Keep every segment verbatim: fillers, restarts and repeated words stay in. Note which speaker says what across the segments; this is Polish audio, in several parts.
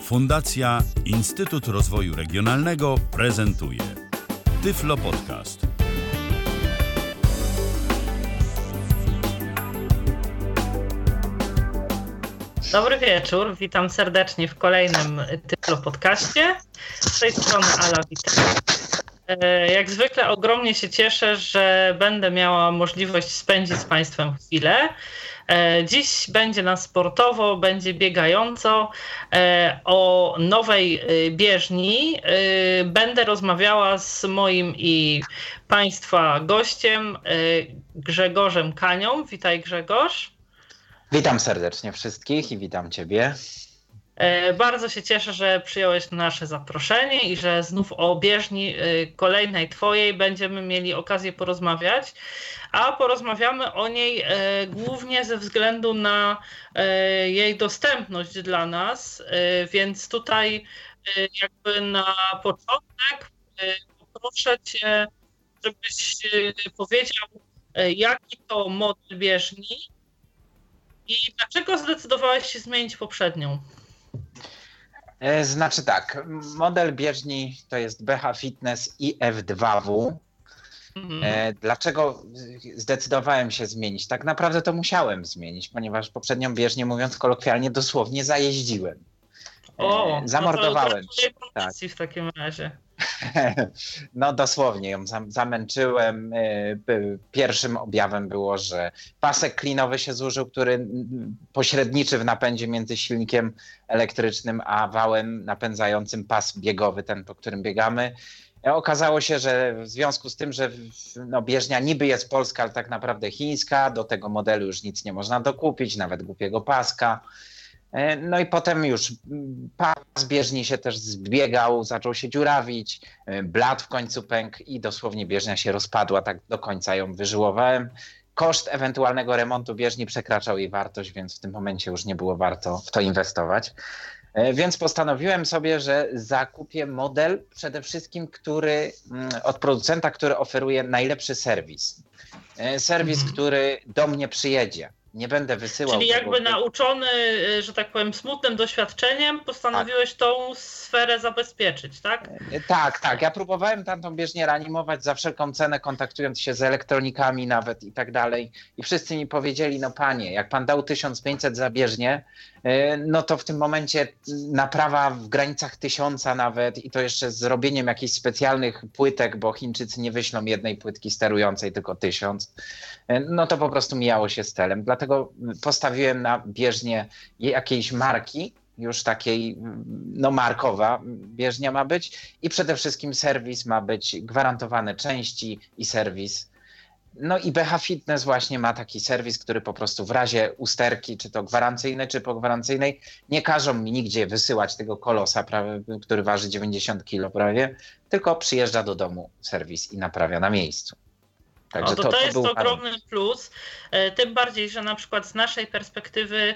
Speaker 1: Fundacja Instytut Rozwoju Regionalnego prezentuje Tyflo Podcast.
Speaker 2: Dobry wieczór, witam serdecznie w kolejnym Tyflo Podcaście. Z tej strony Ala, witam. Jak zwykle ogromnie się cieszę, że będę miała możliwość spędzić z Państwem chwilę. Dziś będzie nas sportowo, będzie biegająco. O nowej bieżni będę rozmawiała z moim i Państwa gościem Grzegorzem Kanią. Witaj, Grzegorz.
Speaker 3: Witam serdecznie wszystkich i witam Ciebie.
Speaker 2: Bardzo się cieszę, że przyjąłeś nasze zaproszenie i że znów o bieżni kolejnej Twojej będziemy mieli okazję porozmawiać, a porozmawiamy o niej głównie ze względu na jej dostępność dla nas, więc tutaj jakby na początek poproszę Cię, żebyś powiedział, jaki to model bieżni i dlaczego zdecydowałeś się zmienić poprzednią?
Speaker 3: Znaczy tak, model bieżni to jest B H Fitness I F dwa W. Mhm. Dlaczego zdecydowałem się zmienić? Tak naprawdę to musiałem zmienić, ponieważ poprzednią bieżnię, mówiąc kolokwialnie, dosłownie zajeździłem.
Speaker 2: O,
Speaker 3: zamordowałem.
Speaker 2: No to tak. W takim razie.
Speaker 3: No dosłownie ją zamęczyłem. Pierwszym objawem było, że pasek klinowy się zużył, który pośredniczy w napędzie między silnikiem elektrycznym a wałem napędzającym pas biegowy, ten po którym biegamy. Okazało się, że w związku z tym, że no, bieżnia niby jest polska, ale tak naprawdę chińska, do tego modelu już nic nie można dokupić, nawet głupiego paska. No i potem już pas bieżni się też zbiegał, zaczął się dziurawić, blat w końcu pękł i dosłownie bieżnia się rozpadła, tak do końca ją wyżyłowałem. Koszt ewentualnego remontu bieżni przekraczał jej wartość, więc w tym momencie już nie było warto w to inwestować. Więc postanowiłem sobie, że zakupię model przede wszystkim, który od producenta, który oferuje najlepszy serwis. Serwis, mhm. który do mnie przyjedzie. Nie będę wysyłał.
Speaker 2: Czyli jakby tego... nauczony, że tak powiem, smutnym doświadczeniem postanowiłeś tak. tą sferę zabezpieczyć, tak?
Speaker 3: Tak, tak. Ja próbowałem tamtą bieżnię reanimować za wszelką cenę, kontaktując się z elektronikami nawet i tak dalej. I wszyscy mi powiedzieli, no panie, jak pan dał tysiąc pięćset za bieżnię, no to w tym momencie naprawa w granicach tysiąca nawet i to jeszcze z zrobieniem jakichś specjalnych płytek, bo Chińczycy nie wyślą jednej płytki sterującej, tylko tysiąc. No to po prostu mijało się z celem. Dlatego postawiłem na bieżnię jakiejś marki, już takiej, no markowa bieżnia ma być i przede wszystkim serwis ma być gwarantowane części i serwis. No i B H Fitness właśnie ma taki serwis, który po prostu w razie usterki, czy to gwarancyjnej, czy pogwarancyjnej, nie każą mi nigdzie wysyłać tego kolosa, prawie, który waży dziewięćdziesiąt kilo prawie, tylko przyjeżdża do domu serwis i naprawia na miejscu.
Speaker 2: Także no to, to, to jest to ogromny plus, tym bardziej, że na przykład z naszej perspektywy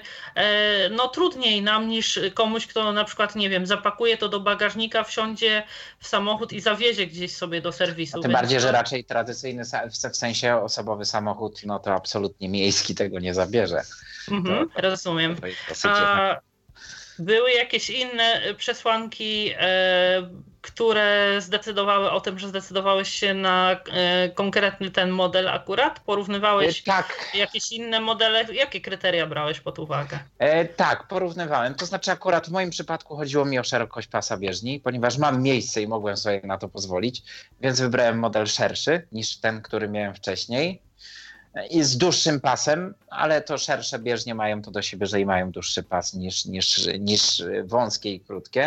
Speaker 2: no trudniej nam niż komuś, kto na przykład, nie wiem, zapakuje to do bagażnika, wsiądzie w samochód i zawiezie gdzieś sobie do serwisu.
Speaker 3: A tym bardziej, że raczej tradycyjny, w sensie osobowy samochód, no to absolutnie miejski tego nie zabierze.
Speaker 2: Mhm, to, rozumiem. To A były jakieś inne przesłanki, e, które zdecydowały o tym, że zdecydowałeś się na e, konkretny ten model akurat? Porównywałeś
Speaker 3: e, tak.
Speaker 2: jakieś inne modele? Jakie kryteria brałeś pod uwagę?
Speaker 3: E, tak, porównywałem. To znaczy akurat w moim przypadku chodziło mi o szerokość pasa bieżni, ponieważ mam miejsce i mogłem sobie na to pozwolić, więc wybrałem model szerszy niż ten, który miałem wcześniej. I z dłuższym pasem, ale to szersze bieżnie mają to do siebie, że i mają dłuższy pas niż, niż, niż wąskie i krótkie.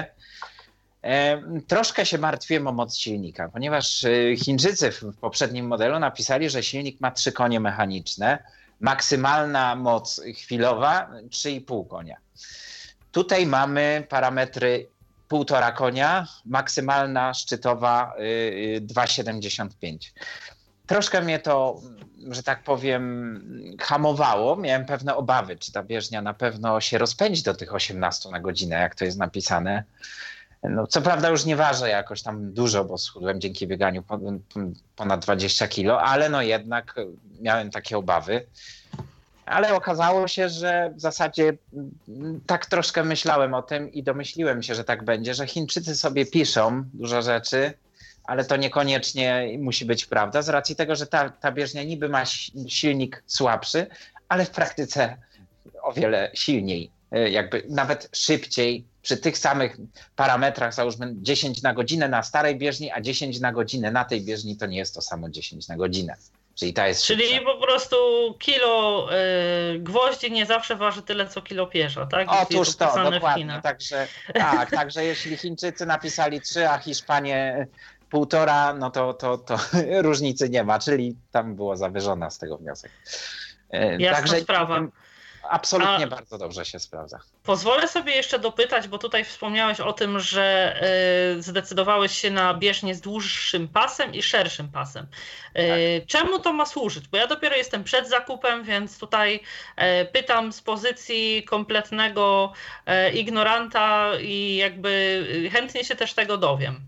Speaker 3: E, troszkę się martwiłem o moc silnika, ponieważ Chińczycy w poprzednim modelu napisali, że silnik ma trzy konie mechaniczne, maksymalna moc chwilowa trzy i pół konia. Tutaj mamy parametry półtora konia, maksymalna szczytowa dwa przecinek siedemdziesiąt pięć. Troszkę mnie to, że tak powiem, hamowało. Miałem pewne obawy, czy ta bieżnia na pewno się rozpędzi do tych osiemnastu na godzinę, jak to jest napisane. No, co prawda już nie ważę jakoś tam dużo, bo schudłem dzięki bieganiu ponad dwadzieścia kilo, ale no jednak miałem takie obawy. Ale okazało się, że w zasadzie tak troszkę myślałem o tym i domyśliłem się, że tak będzie, że Chińczycy sobie piszą dużo rzeczy, ale to niekoniecznie musi być prawda, z racji tego, że ta, ta bieżnia niby ma silnik słabszy, ale w praktyce o wiele silniej, jakby nawet szybciej, przy tych samych parametrach, załóżmy dziesięć na godzinę na starej bieżni, a dziesięć na godzinę na tej bieżni to nie jest to samo dziesięć na godzinę. Czyli ta jest
Speaker 2: Czyli
Speaker 3: szybsza.
Speaker 2: po prostu kilo y, gwoździ nie zawsze waży tyle, co kilo pierza, tak?
Speaker 3: Otóż to, to dokładnie. Także, tak, także jeśli Chińczycy napisali trzy, a Hiszpanie półtora, no to, to, to różnicy nie ma, czyli tam było zawyżona z tego wniosek.
Speaker 2: Jasna
Speaker 3: Także
Speaker 2: sprawa.
Speaker 3: Absolutnie
Speaker 2: A
Speaker 3: bardzo dobrze się sprawdza.
Speaker 2: Pozwolę sobie jeszcze dopytać, bo tutaj wspomniałeś o tym, że y, zdecydowałeś się na bieżnię z dłuższym pasem i szerszym pasem. Y, tak. Czemu to ma służyć? Bo ja dopiero jestem przed zakupem, więc tutaj y, pytam z pozycji kompletnego y, ignoranta i jakby chętnie się też tego dowiem.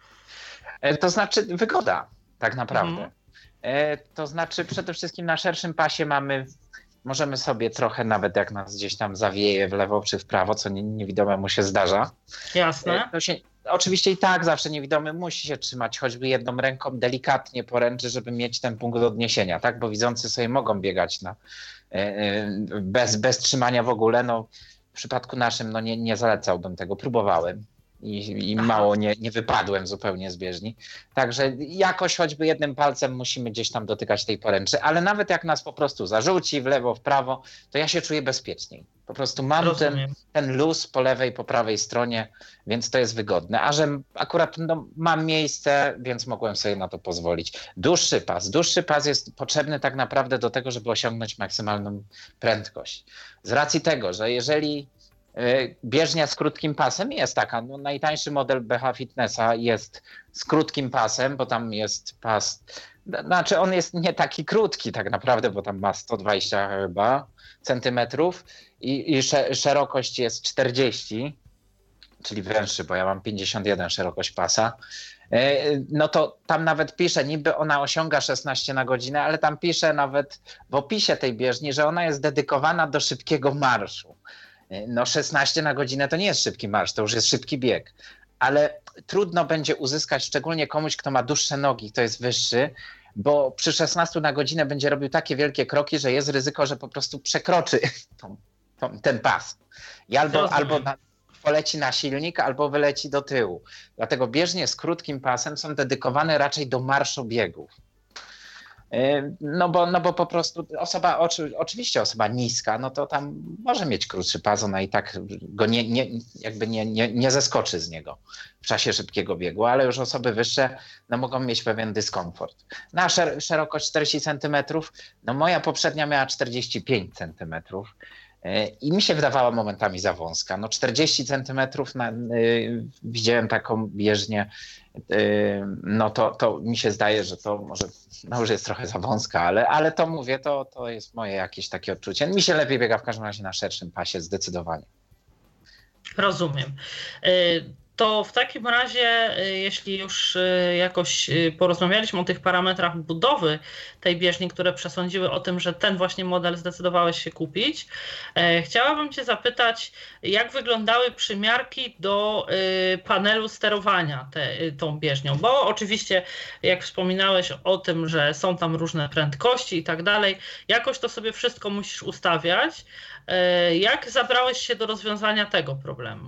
Speaker 3: To znaczy wygoda, tak naprawdę.
Speaker 2: Mhm.
Speaker 3: To znaczy przede wszystkim na szerszym pasie mamy... Możemy sobie trochę, nawet jak nas gdzieś tam zawieje w lewo czy w prawo, co niewidomemu się zdarza.
Speaker 2: Jasne.
Speaker 3: To się, oczywiście i tak zawsze niewidomy musi się trzymać choćby jedną ręką delikatnie poręczy, żeby mieć ten punkt odniesienia, tak? Bo widzący sobie mogą biegać na, bez, bez trzymania w ogóle. No, w przypadku naszym no nie, nie zalecałbym tego, próbowałem. I, i mało nie, nie wypadłem zupełnie z bieżni. Także jakoś choćby jednym palcem musimy gdzieś tam dotykać tej poręczy, ale nawet jak nas po prostu zarzuci w lewo, w prawo, to ja się czuję bezpieczniej. Po prostu mam ten, ten luz po lewej, po prawej stronie, więc to jest wygodne. A że akurat no, mam miejsce, więc mogłem sobie na to pozwolić. Dłuższy pas. Dłuższy pas jest potrzebny tak naprawdę do tego, żeby osiągnąć maksymalną prędkość. Z racji tego, że jeżeli bieżnia z krótkim pasem jest taka, no najtańszy model B H Fitnessa jest z krótkim pasem, bo tam jest pas, znaczy on jest nie taki krótki tak naprawdę, bo tam ma sto dwadzieścia chyba centymetrów i, i szerokość jest czterdzieści, czyli węższy, bo ja mam pięćdziesiąt jeden szerokość pasa, no to tam nawet pisze, niby ona osiąga szesnaście na godzinę, ale tam pisze nawet w opisie tej bieżni, że ona jest dedykowana do szybkiego marszu. No szesnaście na godzinę to nie jest szybki marsz, to już jest szybki bieg, ale trudno będzie uzyskać, szczególnie komuś, kto ma dłuższe nogi, kto jest wyższy, bo przy szesnaście na godzinę będzie robił takie wielkie kroki, że jest ryzyko, że po prostu przekroczy tą, tą, ten pas. I albo, albo na, poleci na silnik, albo wyleci do tyłu. Dlatego bieżnie z krótkim pasem są dedykowane raczej do marszu biegów. No bo, no bo po prostu osoba, oczy, oczywiście osoba niska, no to tam może mieć krótszy pas, ona i tak go nie, nie, jakby nie, nie, nie zeskoczy z niego w czasie szybkiego biegu, ale już osoby wyższe no mogą mieć pewien dyskomfort. Na szer- szerokość czterdzieści centymetrów, no moja poprzednia miała czterdzieści pięć centymetrów i mi się wydawała momentami za wąska. No czterdzieści centymetrów na, y, widziałem taką bieżnię, y, no to, to mi się zdaje, że to może no już jest trochę za wąska, ale, ale to mówię, to, to jest moje jakieś takie odczucie. Mi się lepiej biega w każdym razie na szerszym pasie, zdecydowanie.
Speaker 2: Rozumiem. To w takim razie, jeśli już jakoś porozmawialiśmy o tych parametrach budowy tej bieżni, które przesądziły o tym, że ten właśnie model zdecydowałeś się kupić, chciałabym Cię zapytać, jak wyglądały przymiarki do panelu sterowania te, tą bieżnią, bo oczywiście jak wspominałeś o tym, że są tam różne prędkości i tak dalej, jakoś to sobie wszystko musisz ustawiać. Jak zabrałeś się do rozwiązania tego problemu?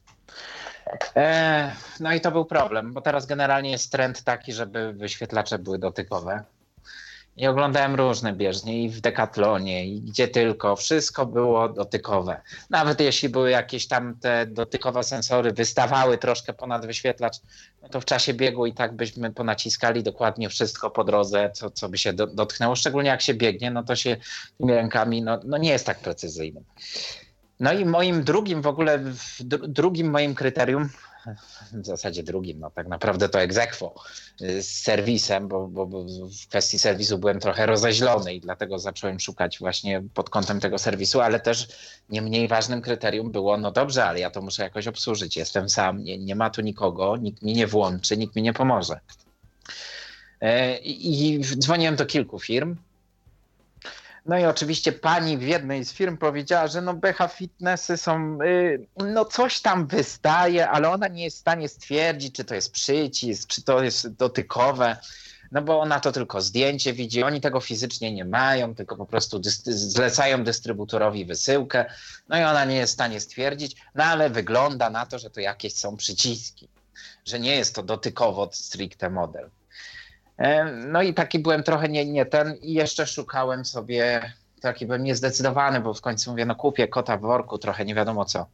Speaker 3: No i to był problem, bo teraz generalnie jest trend taki, żeby wyświetlacze były dotykowe. I oglądałem różne bieżnie i w Decathlonie, i gdzie tylko, wszystko było dotykowe. Nawet jeśli były jakieś tam te dotykowe sensory, wystawały troszkę ponad wyświetlacz, no to w czasie biegu i tak byśmy ponaciskali dokładnie wszystko po drodze, co, co by się do, dotknęło. Szczególnie jak się biegnie, no to się tymi rękami no, no nie jest tak precyzyjnym. No i moim drugim w ogóle, drugim moim kryterium, w zasadzie drugim, no tak naprawdę to ex aequo z serwisem, bo, bo, bo w kwestii serwisu byłem trochę rozeźlony i dlatego zacząłem szukać właśnie pod kątem tego serwisu, ale też nie mniej ważnym kryterium było, no dobrze, ale ja to muszę jakoś obsłużyć, jestem sam, nie, nie ma tu nikogo, nikt mi nie włączy, nikt mi nie pomoże. I, i dzwoniłem do kilku firm. No i oczywiście pani w jednej z firm powiedziała, że no B H Fitnessy są, yy, no coś tam wystaje, ale ona nie jest w stanie stwierdzić, czy to jest przycisk, czy to jest dotykowe, no bo ona to tylko zdjęcie widzi, oni tego fizycznie nie mają, tylko po prostu dys- zlecają dystrybutorowi wysyłkę, no i ona nie jest w stanie stwierdzić, no ale wygląda na to, że to jakieś są przyciski, że nie jest to dotykowo stricte model. No i taki byłem trochę nie, nie ten i jeszcze szukałem sobie, taki byłem niezdecydowany, bo w końcu mówię, no kupię kota w worku, trochę nie wiadomo co.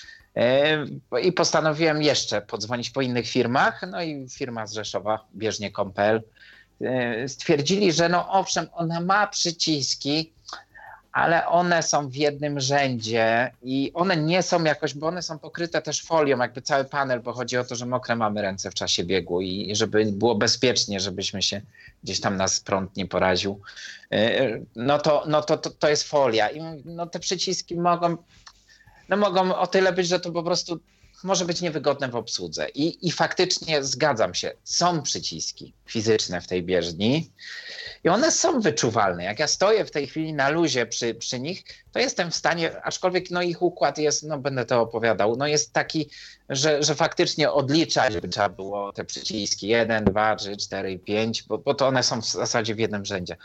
Speaker 3: I postanowiłem jeszcze podzwonić po innych firmach, no i firma z Rzeszowa, bieżnie kropka com kropka pe el, stwierdzili, że no owszem, ona ma przyciski, ale one są w jednym rzędzie i one nie są jakoś, bo one są pokryte też folią, jakby cały panel, bo chodzi o to, że mokre mamy ręce w czasie biegu i żeby było bezpiecznie, żebyśmy się gdzieś tam nas prąd nie poraził, no to, no to, to, to jest folia i no te przyciski mogą, no mogą o tyle być, że to po prostu może być niewygodne w obsłudze. I, I faktycznie zgadzam się, są przyciski fizyczne w tej bieżni i one są wyczuwalne. Jak ja stoję w tej chwili na luzie przy, przy nich, to jestem w stanie, aczkolwiek no ich układ jest, no będę to opowiadał, no jest taki, że, że faktycznie odliczać by trzeba było te przyciski jeden, dwa, trzy, cztery, pięć, bo, bo to one są w zasadzie w jednym rzędzie.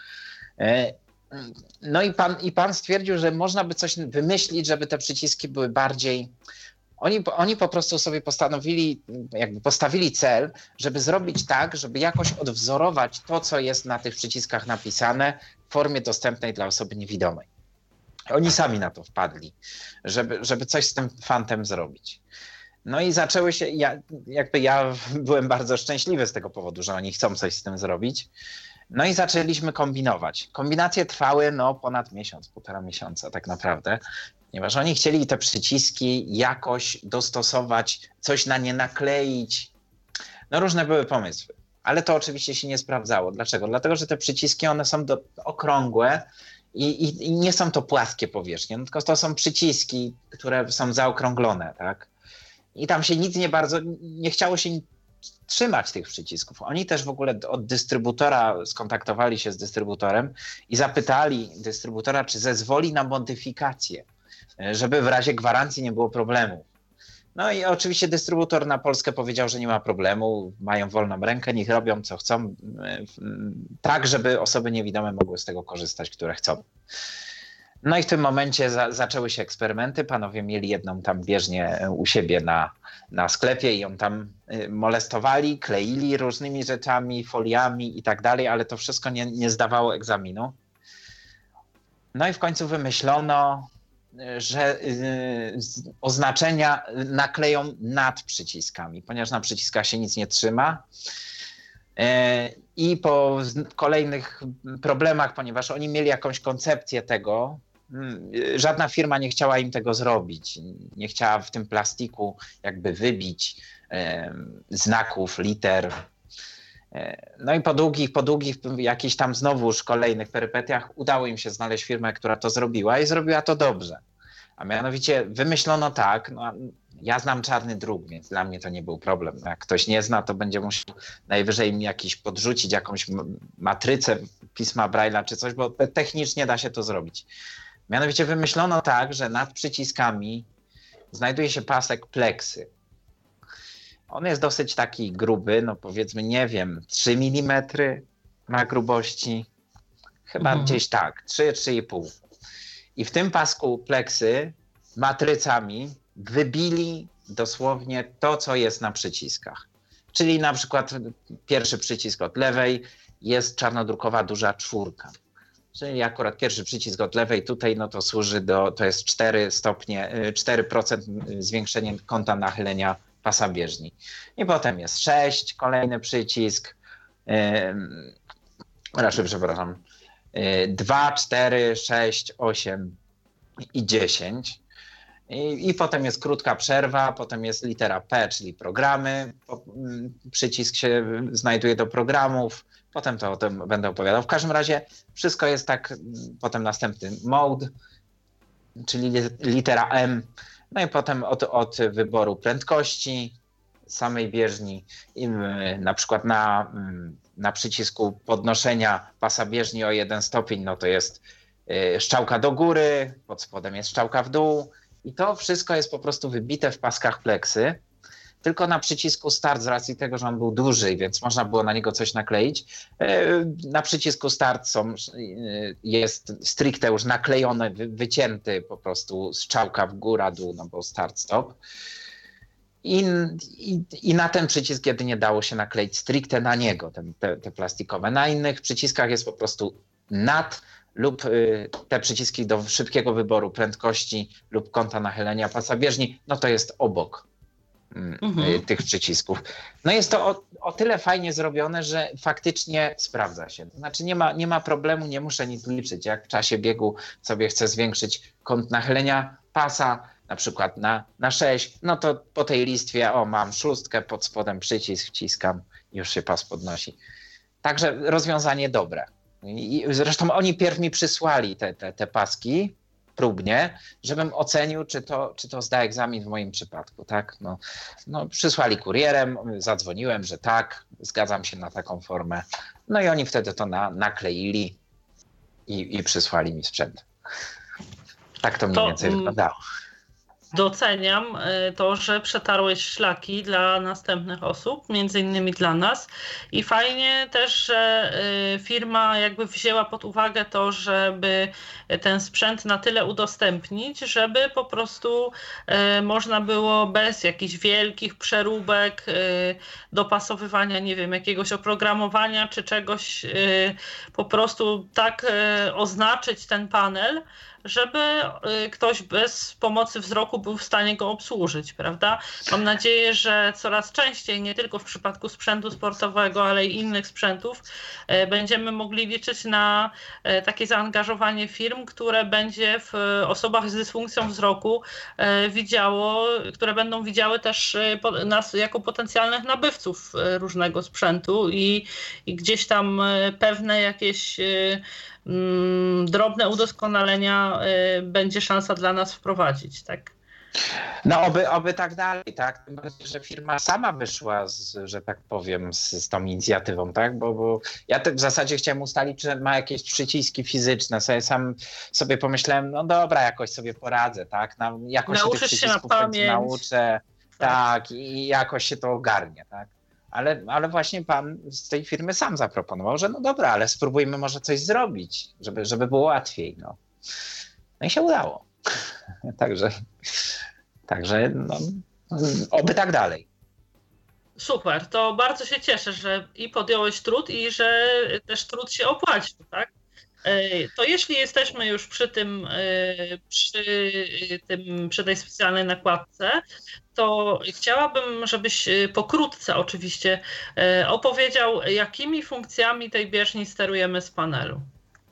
Speaker 3: No i pan, i pan stwierdził, że można by coś wymyślić, żeby te przyciski były bardziej... Oni, oni po prostu sobie postanowili, jakby postawili cel, żeby zrobić tak, żeby jakoś odwzorować to, co jest na tych przyciskach napisane w formie dostępnej dla osoby niewidomej. Oni sami na to wpadli, żeby, żeby coś z tym fantem zrobić. No i zaczęły się, ja, jakby ja byłem bardzo szczęśliwy z tego powodu, że oni chcą coś z tym zrobić. No i zaczęliśmy kombinować. Kombinacje trwały no ponad miesiąc, półtora miesiąca tak naprawdę, ponieważ oni chcieli te przyciski jakoś dostosować, coś na nie nakleić. No różne były pomysły, ale to oczywiście się nie sprawdzało. Dlaczego? Dlatego, że te przyciski one są do, okrągłe i, i, i nie są to płaskie powierzchnie, no, tylko to są przyciski, które są zaokrąglone, tak? I tam się nic nie bardzo, nie chciało się trzymać tych przycisków. Oni też w ogóle od dystrybutora skontaktowali się z dystrybutorem i zapytali dystrybutora, czy zezwoli na modyfikację, żeby w razie gwarancji nie było problemu. No i oczywiście dystrybutor na Polskę powiedział, że nie ma problemu, mają wolną rękę, niech robią co chcą, tak żeby osoby niewidome mogły z tego korzystać, które chcą. No i w tym momencie za, zaczęły się eksperymenty. Panowie mieli jedną tam bieżnię u siebie na, na sklepie i ją tam molestowali, kleili różnymi rzeczami, foliami i tak dalej, ale to wszystko nie, nie zdawało egzaminu. No i w końcu wymyślono, że oznaczenia nakleją nad przyciskami, ponieważ na przyciskach się nic nie trzyma. I po kolejnych problemach, ponieważ oni mieli jakąś koncepcję tego, żadna firma nie chciała im tego zrobić. Nie chciała w tym plastiku jakby wybić znaków, liter. No i po długich, po długich jakichś tam znowuż kolejnych perypetiach udało im się znaleźć firmę, która to zrobiła i zrobiła to dobrze. A mianowicie wymyślono tak, no, ja znam czarny druk, więc dla mnie to nie był problem. Jak ktoś nie zna, to będzie musiał najwyżej mi jakiś podrzucić jakąś matrycę pisma Braille'a czy coś, bo technicznie da się to zrobić. Mianowicie wymyślono tak, że nad przyciskami znajduje się pasek pleksy. On jest dosyć taki gruby, no powiedzmy, nie wiem, trzy milimetry ma grubości. Chyba mhm. gdzieś tak, trzy, trzy i pół. I w tym pasku pleksy matrycami wybili dosłownie to, co jest na przyciskach. Czyli na przykład pierwszy przycisk od lewej jest czarnodrukowa duża czwórka. Czyli akurat pierwszy przycisk od lewej tutaj, no to służy do, to jest cztery stopnie, cztery procent zwiększenie kąta nachylenia pasa bieżni. I potem jest sześć, kolejny przycisk, yy, raczej przepraszam, yy, dwa, cztery, sześć, osiem i dziesięć. I, I potem jest krótka przerwa, potem jest litera P, czyli programy, po, przycisk się znajduje do programów, potem to o tym będę opowiadał. W każdym razie wszystko jest tak, potem następny mode, czyli litera M, no i potem od, od wyboru prędkości samej bieżni, i na przykład na, na przycisku podnoszenia pasa bieżni o jeden stopień, no to jest strzałka do góry, pod spodem jest strzałka w dół i to wszystko jest po prostu wybite w paskach pleksy. Tylko na przycisku start, z racji tego, że on był duży, więc można było na niego coś nakleić. Na przycisku start są, jest stricte już naklejony, wycięty po prostu strzałka w góra, dół, no bo start, stop. I, i, I na ten przycisk jedynie dało się nakleić stricte na niego, ten, te, te plastikowe. Na innych przyciskach jest po prostu nad lub y, te przyciski do szybkiego wyboru prędkości lub kąta nachylenia pasa bieżni, no to jest obok y, mhm. tych przycisków. No jest to o, o tyle fajnie zrobione, że faktycznie sprawdza się. To znaczy nie ma, nie ma problemu, nie muszę nic liczyć. Jak w czasie biegu sobie chcę zwiększyć kąt nachylenia pasa, na przykład na, na sześć, no to po tej listwie, o mam szóstkę, pod spodem przycisk, wciskam, już się pas podnosi. Także rozwiązanie dobre. I zresztą oni pierw mi przysłali te, te, te paski próbnie, żebym ocenił, czy to, czy to zda egzamin w moim przypadku. Tak? No, no, przysłali kurierem, zadzwoniłem, że tak, zgadzam się na taką formę. No i oni wtedy to na, nakleili i, i przysłali mi sprzęt. Tak to mniej to, więcej wyglądało.
Speaker 2: Doceniam to, że przetarłeś szlaki dla następnych osób, między innymi dla nas i fajnie też, że firma jakby wzięła pod uwagę to, żeby ten sprzęt na tyle udostępnić, żeby po prostu można było bez jakichś wielkich przeróbek, dopasowywania, nie wiem, jakiegoś oprogramowania czy czegoś po prostu tak oznaczyć ten panel, żeby ktoś bez pomocy wzroku był w stanie go obsłużyć, prawda? Mam nadzieję, że coraz częściej, nie tylko w przypadku sprzętu sportowego, ale i innych sprzętów, będziemy mogli liczyć na takie zaangażowanie firm, które będzie w osobach z dysfunkcją wzroku widziało, które będą widziały też nas jako potencjalnych nabywców różnego sprzętu i, i gdzieś tam pewne jakieś drobne udoskonalenia będzie szansa dla nas wprowadzić, tak?
Speaker 3: No oby, oby tak dalej, tak? Tym bardziej, że firma sama wyszła, z, że tak powiem, z, z tą inicjatywą, tak? Bo, bo ja te, w zasadzie chciałem ustalić, że ma jakieś przyciski fizyczne. Sobie sam sobie pomyślałem, no dobra, jakoś sobie poradzę, tak? Na, jakoś się tych przycisków nauczę, tak. tak, i jakoś się to ogarnie, tak? Ale, ale właśnie pan z tej firmy sam zaproponował, że no dobra, ale spróbujmy może coś zrobić, żeby, żeby było łatwiej. No, no i się udało. Także, także no, oby tak dalej.
Speaker 2: Super, to bardzo się cieszę, że i podjąłeś trud i że też trud się opłacił, tak? To jeśli jesteśmy już przy tym, przy tym, przy tej specjalnej nakładce, to chciałabym, żebyś pokrótce oczywiście opowiedział, jakimi funkcjami tej bieżni sterujemy z panelu.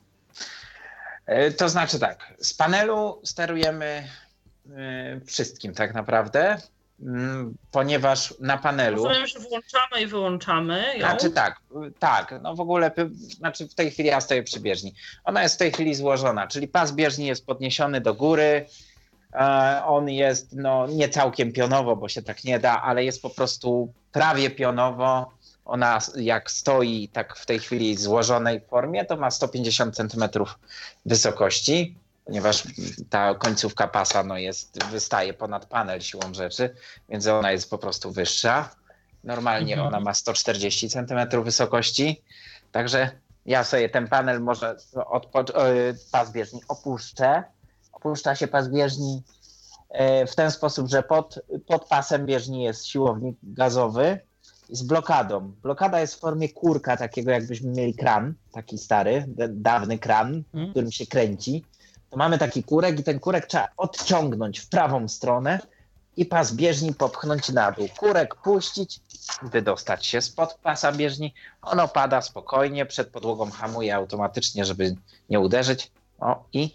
Speaker 3: To znaczy tak, z panelu sterujemy wszystkim tak naprawdę, ponieważ na panelu...
Speaker 2: Rozumiem, że włączamy i wyłączamy ją.
Speaker 3: Znaczy tak, tak, no w ogóle, znaczy w tej chwili ja stoję przy bieżni. Ona jest w tej chwili złożona, czyli pas bieżni jest podniesiony do góry, on jest no nie całkiem pionowo, bo się tak nie da, ale jest po prostu prawie pionowo. Ona jak stoi tak w tej chwili w złożonej formie, to ma sto pięćdziesiąt centymetrów wysokości, ponieważ ta końcówka pasa no jest, wystaje ponad panel siłą rzeczy, więc ona jest po prostu wyższa. Normalnie mhm. ona ma sto czterdzieści centymetrów wysokości, także ja sobie ten panel może odpo- pas bieżni opuszczę. Opuszcza się pas bieżni w ten sposób, że pod, pod pasem bieżni jest siłownik gazowy z blokadą. Blokada jest w formie kurka, takiego jakbyśmy mieli kran, taki stary, dawny kran, w którym się kręci. To mamy taki kurek i ten kurek trzeba odciągnąć w prawą stronę i pas bieżni popchnąć na dół. Kurek puścić, wydostać się spod pasa bieżni. Ono pada spokojnie, przed podłogą hamuje automatycznie, żeby nie uderzyć. O i,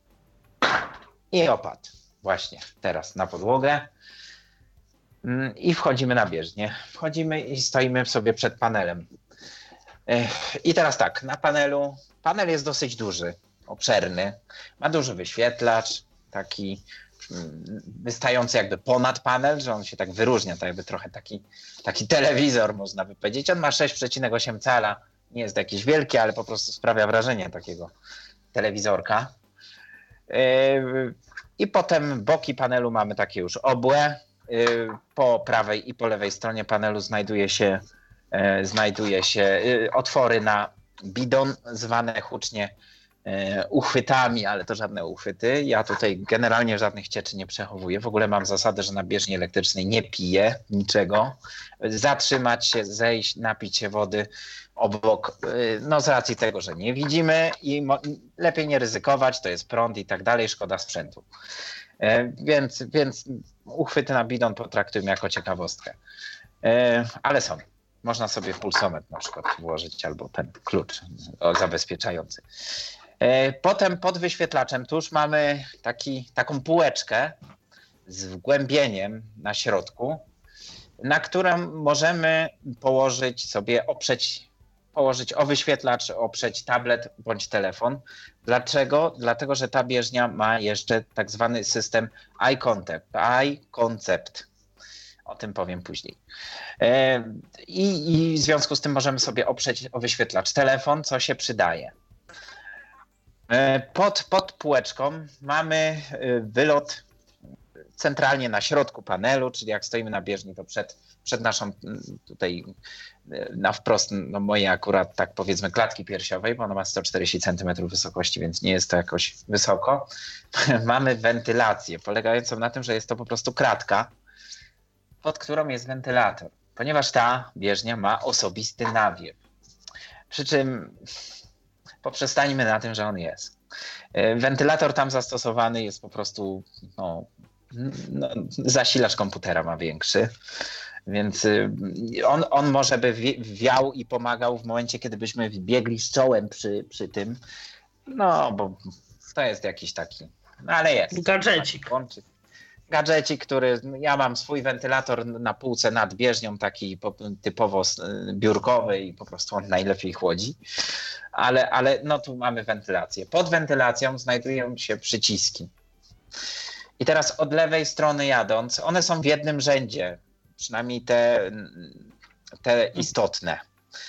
Speaker 3: i opadł właśnie teraz na podłogę. I wchodzimy na bieżnię. Wchodzimy i stoimy sobie przed panelem. I teraz tak, na panelu, panel jest dosyć duży, obszerny, ma duży wyświetlacz, taki wystający jakby ponad panel, że on się tak wyróżnia, to jakby trochę taki, taki telewizor można by powiedzieć. On ma sześć przecinek osiem cala, nie jest jakiś wielki, ale po prostu sprawia wrażenie takiego telewizorka. I potem boki panelu mamy takie już obłe. Po prawej i po lewej stronie panelu znajduje się, znajduje się otwory na bidon, zwane hucznie uchwytami, ale to żadne uchwyty. Ja tutaj generalnie żadnych cieczy nie przechowuję. W ogóle mam zasadę, że na bieżni elektrycznej nie piję niczego. Zatrzymać się, zejść, napić się wody obok, no z racji tego, że nie widzimy i lepiej nie ryzykować, to jest prąd i tak dalej, szkoda sprzętu. Więc, więc uchwyty na bidon potraktujmy jako ciekawostkę. Ale są. Można sobie pulsometr na przykład włożyć albo ten klucz zabezpieczający. Potem pod wyświetlaczem tuż mamy taki, taką półeczkę z wgłębieniem na środku, na którą możemy położyć sobie, oprzeć, położyć o wyświetlacz, oprzeć tablet bądź telefon. Dlaczego? Dlatego, że ta bieżnia ma jeszcze tak zwany system Eye Concept. Eye Concept. O tym powiem później. I, I w związku z tym możemy sobie oprzeć o wyświetlacz telefon, co się przydaje. Pod, pod półeczką mamy wylot centralnie na środku panelu, czyli jak stoimy na bieżni, to przed, przed naszą tutaj na wprost, no moje akurat tak powiedzmy klatki piersiowej, bo ona ma sto czterdzieści centymetrów wysokości, więc nie jest to jakoś wysoko. Mamy wentylację polegającą na tym, że jest to po prostu kratka, pod którą jest wentylator, ponieważ ta bieżnia ma osobisty nawiew. Przy czym poprzestańmy na tym, że on jest. Wentylator tam zastosowany jest po prostu, no, no, zasilacz komputera ma większy, więc on, on może by wiał i pomagał w momencie, kiedy byśmy biegli z czołem przy, przy tym, no bo to jest jakiś taki, no ale jest.
Speaker 2: Gadżecik.
Speaker 3: Gadżecik, który, ja mam swój wentylator na półce nad bieżnią, taki typowo biurkowy i po prostu on najlepiej chłodzi, ale, ale no tu mamy wentylację. Pod wentylacją znajdują się przyciski. I teraz od lewej strony jadąc, one są w jednym rzędzie, przynajmniej te, te istotne.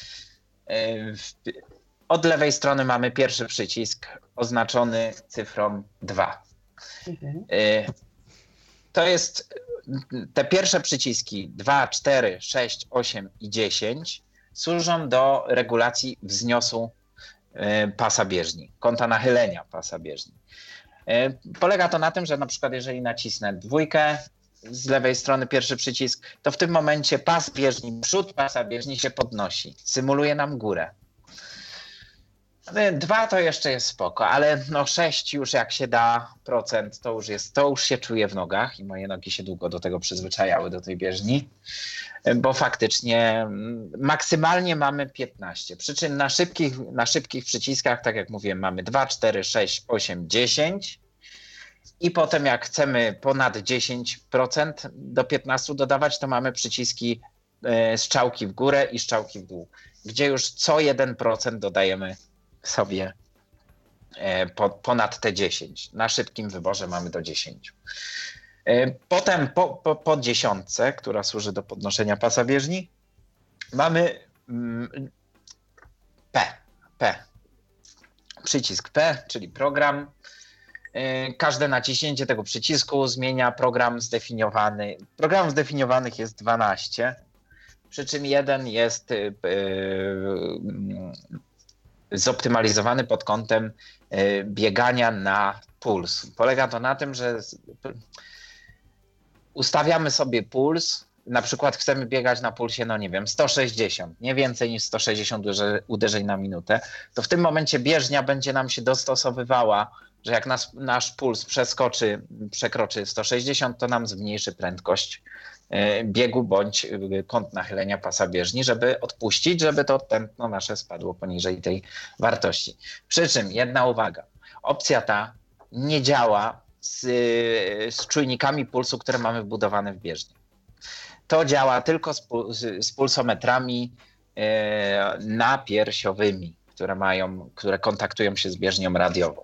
Speaker 3: Od lewej strony mamy pierwszy przycisk oznaczony cyfrą dwa. Mhm. To jest te pierwsze przyciski dwa, cztery, sześć, osiem i dziesięć służą do regulacji wzniosu pasa bieżni, kąta nachylenia pasa bieżni. Polega to na tym, że na przykład jeżeli nacisnę dwójkę, z lewej strony pierwszy przycisk, to w tym momencie pas bieżni, przód pasa bieżni się podnosi, symuluje nam górę. Dwa to jeszcze jest spoko, ale no sześć już jak się da procent, to już jest, to już się czuje w nogach i moje nogi się długo do tego przyzwyczajały, do tej bieżni, bo faktycznie maksymalnie mamy piętnaście. Przy czym na szybkich, na szybkich przyciskach, tak jak mówiłem, mamy dwa, cztery, sześć, osiem, dziesięć i potem jak chcemy ponad dziesięć procent do piętnastu dodawać, to mamy przyciski strzałki w górę i strzałki w dół, gdzie już co jeden procent dodajemy sobie ponad te dziesięć. Na szybkim wyborze mamy do dziesięciu. Potem po, po, po dziesiątce, która służy do podnoszenia pasa bieżni, mamy P. P. Przycisk P, czyli program. Każde naciśnięcie tego przycisku zmienia program zdefiniowany. Programów zdefiniowanych jest dwanaście, przy czym jeden jest zoptymalizowany pod kątem biegania na puls. Polega to na tym, że ustawiamy sobie puls, na przykład chcemy biegać na pulsie, no nie wiem, sto sześćdziesiąt, nie więcej niż sto sześćdziesiąt uderzeń na minutę, to w tym momencie bieżnia będzie nam się dostosowywała, że jak nas, nasz puls przeskoczy, przekroczy sto sześćdziesiąt, to nam zmniejszy prędkość biegu bądź kąt nachylenia pasa bieżni, żeby odpuścić, żeby to tętno nasze spadło poniżej tej wartości. Przy czym jedna uwaga, opcja ta nie działa z, z czujnikami pulsu, które mamy wbudowane w bieżni. To działa tylko z, z, z pulsometrami e, napiersiowymi, które mają, które kontaktują się z bieżnią radiową.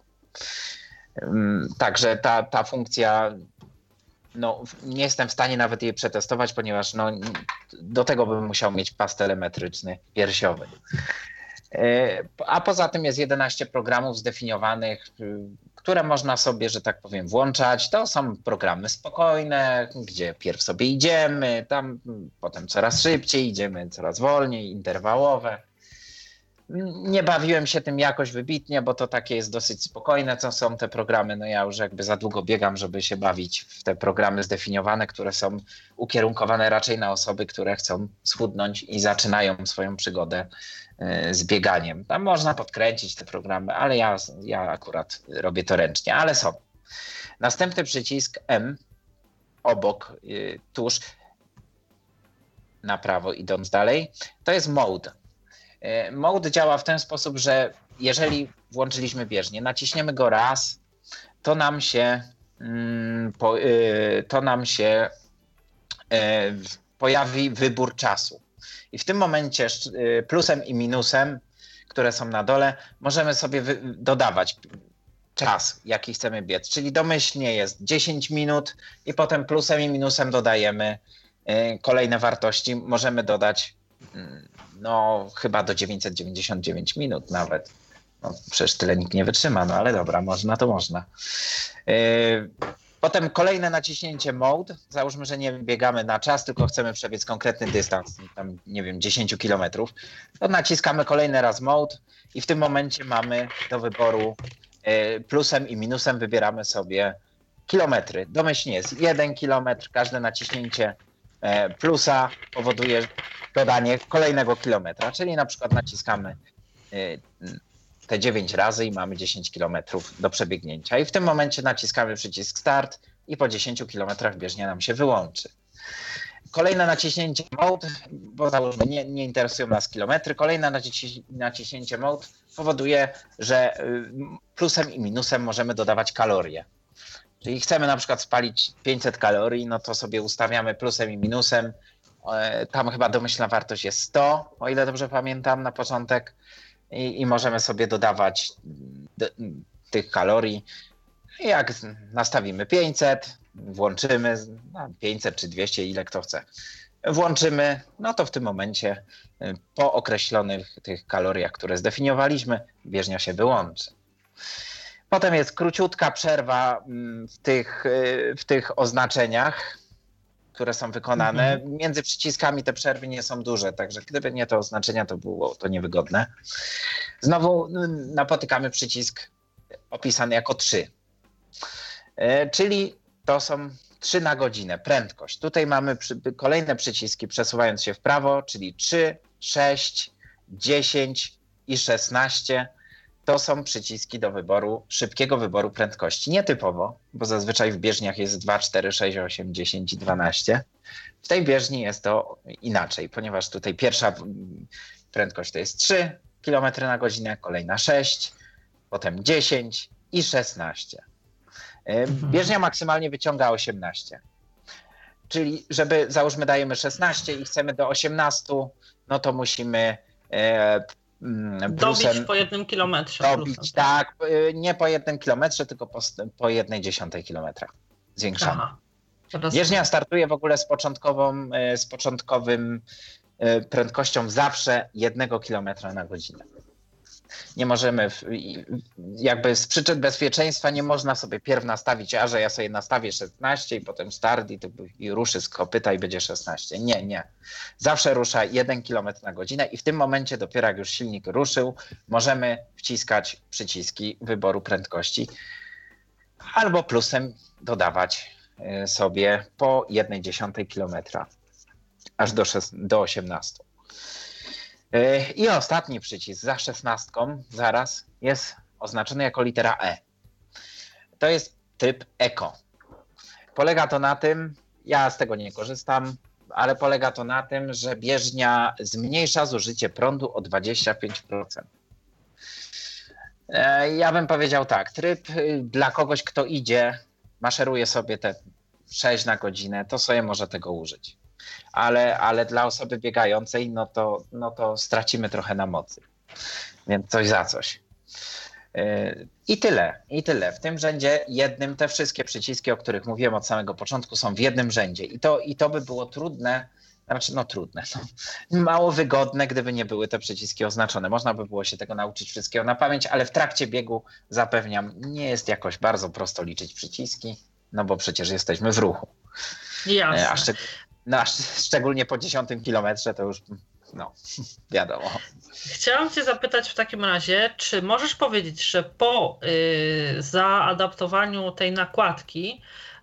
Speaker 3: Także ta, ta funkcja, no, nie jestem w stanie nawet jej przetestować, ponieważ no, do tego bym musiał mieć pas telemetryczny piersiowy. A poza tym jest jedenaście programów zdefiniowanych, które można sobie, że tak powiem, włączać. To są programy spokojne, gdzie pierw sobie idziemy, tam potem coraz szybciej idziemy, coraz wolniej, interwałowe. Nie bawiłem się tym jakoś wybitnie, bo to takie jest dosyć spokojne, co są te programy. No ja już jakby za długo biegam, żeby się bawić w te programy zdefiniowane, które są ukierunkowane raczej na osoby, które chcą schudnąć i zaczynają swoją przygodę z bieganiem. Tam można podkręcić te programy, ale ja, ja akurat robię to ręcznie, ale są. Następny przycisk M obok, tuż na prawo idąc dalej, to jest mode. Mode działa w ten sposób, że jeżeli włączyliśmy bieżnię, naciśniemy go raz, to nam się, to nam się pojawi wybór czasu. I w tym momencie plusem i minusem, które są na dole, możemy sobie dodawać czas, jaki chcemy biec. Czyli domyślnie jest dziesięć minut i potem plusem i minusem dodajemy kolejne wartości. Możemy dodać no chyba do dziewięćset dziewięćdziesiąt dziewięć minut nawet. No, przecież tyle nikt nie wytrzyma, no ale dobra, można to można. Yy, potem kolejne naciśnięcie mode. Załóżmy, że nie biegamy na czas, tylko chcemy przebiec konkretny dystans, tam nie wiem, dziesięć kilometrów. To naciskamy kolejny raz mode i w tym momencie mamy do wyboru yy, plusem i minusem wybieramy sobie kilometry. Domyślnie jest jeden kilometr, każde naciśnięcie yy, plusa powoduje dodanie kolejnego kilometra, czyli na przykład naciskamy te dziewięć razy i mamy dziesięć kilometrów do przebiegnięcia. I w tym momencie naciskamy przycisk start i po dziesięciu kilometrach bieżnia nam się wyłączy. Kolejne naciśnięcie mode, bo załóżmy nie, nie interesują nas kilometry, kolejne naciś, naciśnięcie mode powoduje, że plusem i minusem możemy dodawać kalorie. Czyli chcemy na przykład spalić pięćset kalorii, no to sobie ustawiamy plusem i minusem. Tam chyba domyślna wartość jest sto, o ile dobrze pamiętam, na początek. I, i możemy sobie dodawać d- tych kalorii. Jak nastawimy pięćset, włączymy, no pięćset czy dwieście, ile kto chce. Włączymy, no to w tym momencie po określonych tych kaloriach, które zdefiniowaliśmy, bieżnia się wyłączy. Potem jest króciutka przerwa w tych, w tych oznaczeniach, które są wykonane. Mhm. Między przyciskami te przerwy nie są duże, także gdyby nie te oznaczenia, to było to niewygodne. Znowu napotykamy przycisk opisany jako trzy, czyli to są trzy na godzinę, prędkość. Tutaj mamy przy, kolejne przyciski przesuwając się w prawo, czyli trzy, sześć, dziesięć i szesnaście. To są przyciski do wyboru, szybkiego wyboru prędkości. Nietypowo, bo zazwyczaj w bieżniach jest dwa, cztery, sześć, osiem, dziesięć i dwanaście. W tej bieżni jest to inaczej, ponieważ tutaj pierwsza prędkość to jest trzy kilometry na godzinę, kolejna sześć, potem dziesięć i szesnaście. Bieżnia maksymalnie wyciąga osiemnaście. Czyli żeby, załóżmy, dajemy szesnaście i chcemy do osiemnastu, no to musimy e,
Speaker 2: Plusem, dobić po jednym kilometrze.
Speaker 3: Dobić, plusem, tak, nie po jednym kilometrze, tylko po, po jednej dziesiątej kilometra. Zwiększamy. Bieżnia startuje w ogóle z początkową, z początkowym prędkością zawsze jednego kilometra na godzinę. Nie możemy, jakby z przyczyn bezpieczeństwa nie można sobie pierw nastawić, a że ja sobie nastawię szesnaście i potem start i, to, i ruszy z kopyta i będzie szesnaście. Nie, nie. Zawsze rusza jeden kilometr na godzinę i w tym momencie dopiero jak już silnik ruszył, możemy wciskać przyciski wyboru prędkości albo plusem dodawać sobie po jednej dziesiątej kilometra aż do, do osiemnastu. I ostatni przycisk za szesnastką zaraz jest oznaczony jako litera E. To jest tryb Eco. Polega to na tym, ja z tego nie korzystam, ale polega to na tym, że bieżnia zmniejsza zużycie prądu o dwadzieścia pięć procent. Ja bym powiedział tak, tryb dla kogoś, kto idzie, maszeruje sobie te sześć na godzinę, to sobie może tego użyć. Ale, ale dla osoby biegającej, no to, no to stracimy trochę na mocy. Więc coś za coś. Yy, I tyle, i tyle. W tym rzędzie jednym te wszystkie przyciski, o których mówiłem od samego początku, są w jednym rzędzie. I to, i to by było trudne Znaczy, no trudne. No. Mało wygodne, gdyby nie były te przyciski oznaczone. Można by było się tego nauczyć wszystkiego na pamięć, ale w trakcie biegu zapewniam, nie jest jakoś bardzo prosto liczyć przyciski, no bo przecież jesteśmy w ruchu.
Speaker 2: Jasne.
Speaker 3: A szczeg- no, a szczególnie po dziesiątym kilometrze to już, no, wiadomo.
Speaker 2: Chciałam cię zapytać w takim razie, czy możesz powiedzieć, że po y, zaadaptowaniu tej nakładki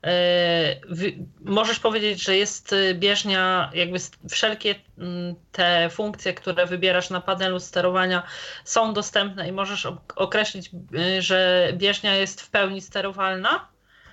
Speaker 2: możesz powiedzieć, że jest bieżnia, jakby wszelkie te funkcje, które wybierasz na panelu sterowania, są dostępne i możesz określić, że bieżnia jest w pełni sterowalna?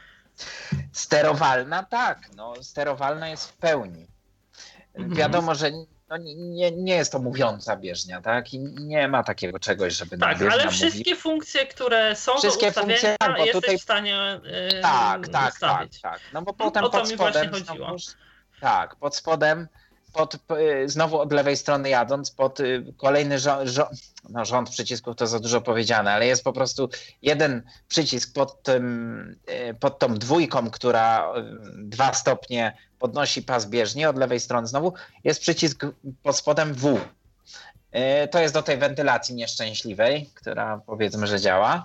Speaker 3: Sterowalna, tak. No, sterowalna jest w pełni. Mhm. Wiadomo, że no nie, nie jest to mówiąca bieżnia, tak? I nie ma takiego czegoś, żeby
Speaker 2: tak,
Speaker 3: bieżnia
Speaker 2: ale wszystkie mówi. funkcje, które są
Speaker 3: wszystkie
Speaker 2: do ustawienia,
Speaker 3: funkcje, tak, bo
Speaker 2: jesteś
Speaker 3: tutaj...
Speaker 2: w stanie yy,
Speaker 3: tak, tak,
Speaker 2: ustawić.
Speaker 3: Tak, tak. No bo potem
Speaker 2: o to
Speaker 3: pod
Speaker 2: mi
Speaker 3: spodem...
Speaker 2: właśnie chodziło.
Speaker 3: Znowu, tak, pod spodem, pod, znowu od lewej strony jadąc, pod kolejny rząd, rząd, no rząd przycisków to za dużo powiedziane, ale jest po prostu jeden przycisk pod, tym, pod tą dwójką, która dwa stopnie podnosi pas bieżni, od lewej strony znowu jest przycisk pod spodem W. To jest do tej wentylacji nieszczęśliwej, która powiedzmy, że działa.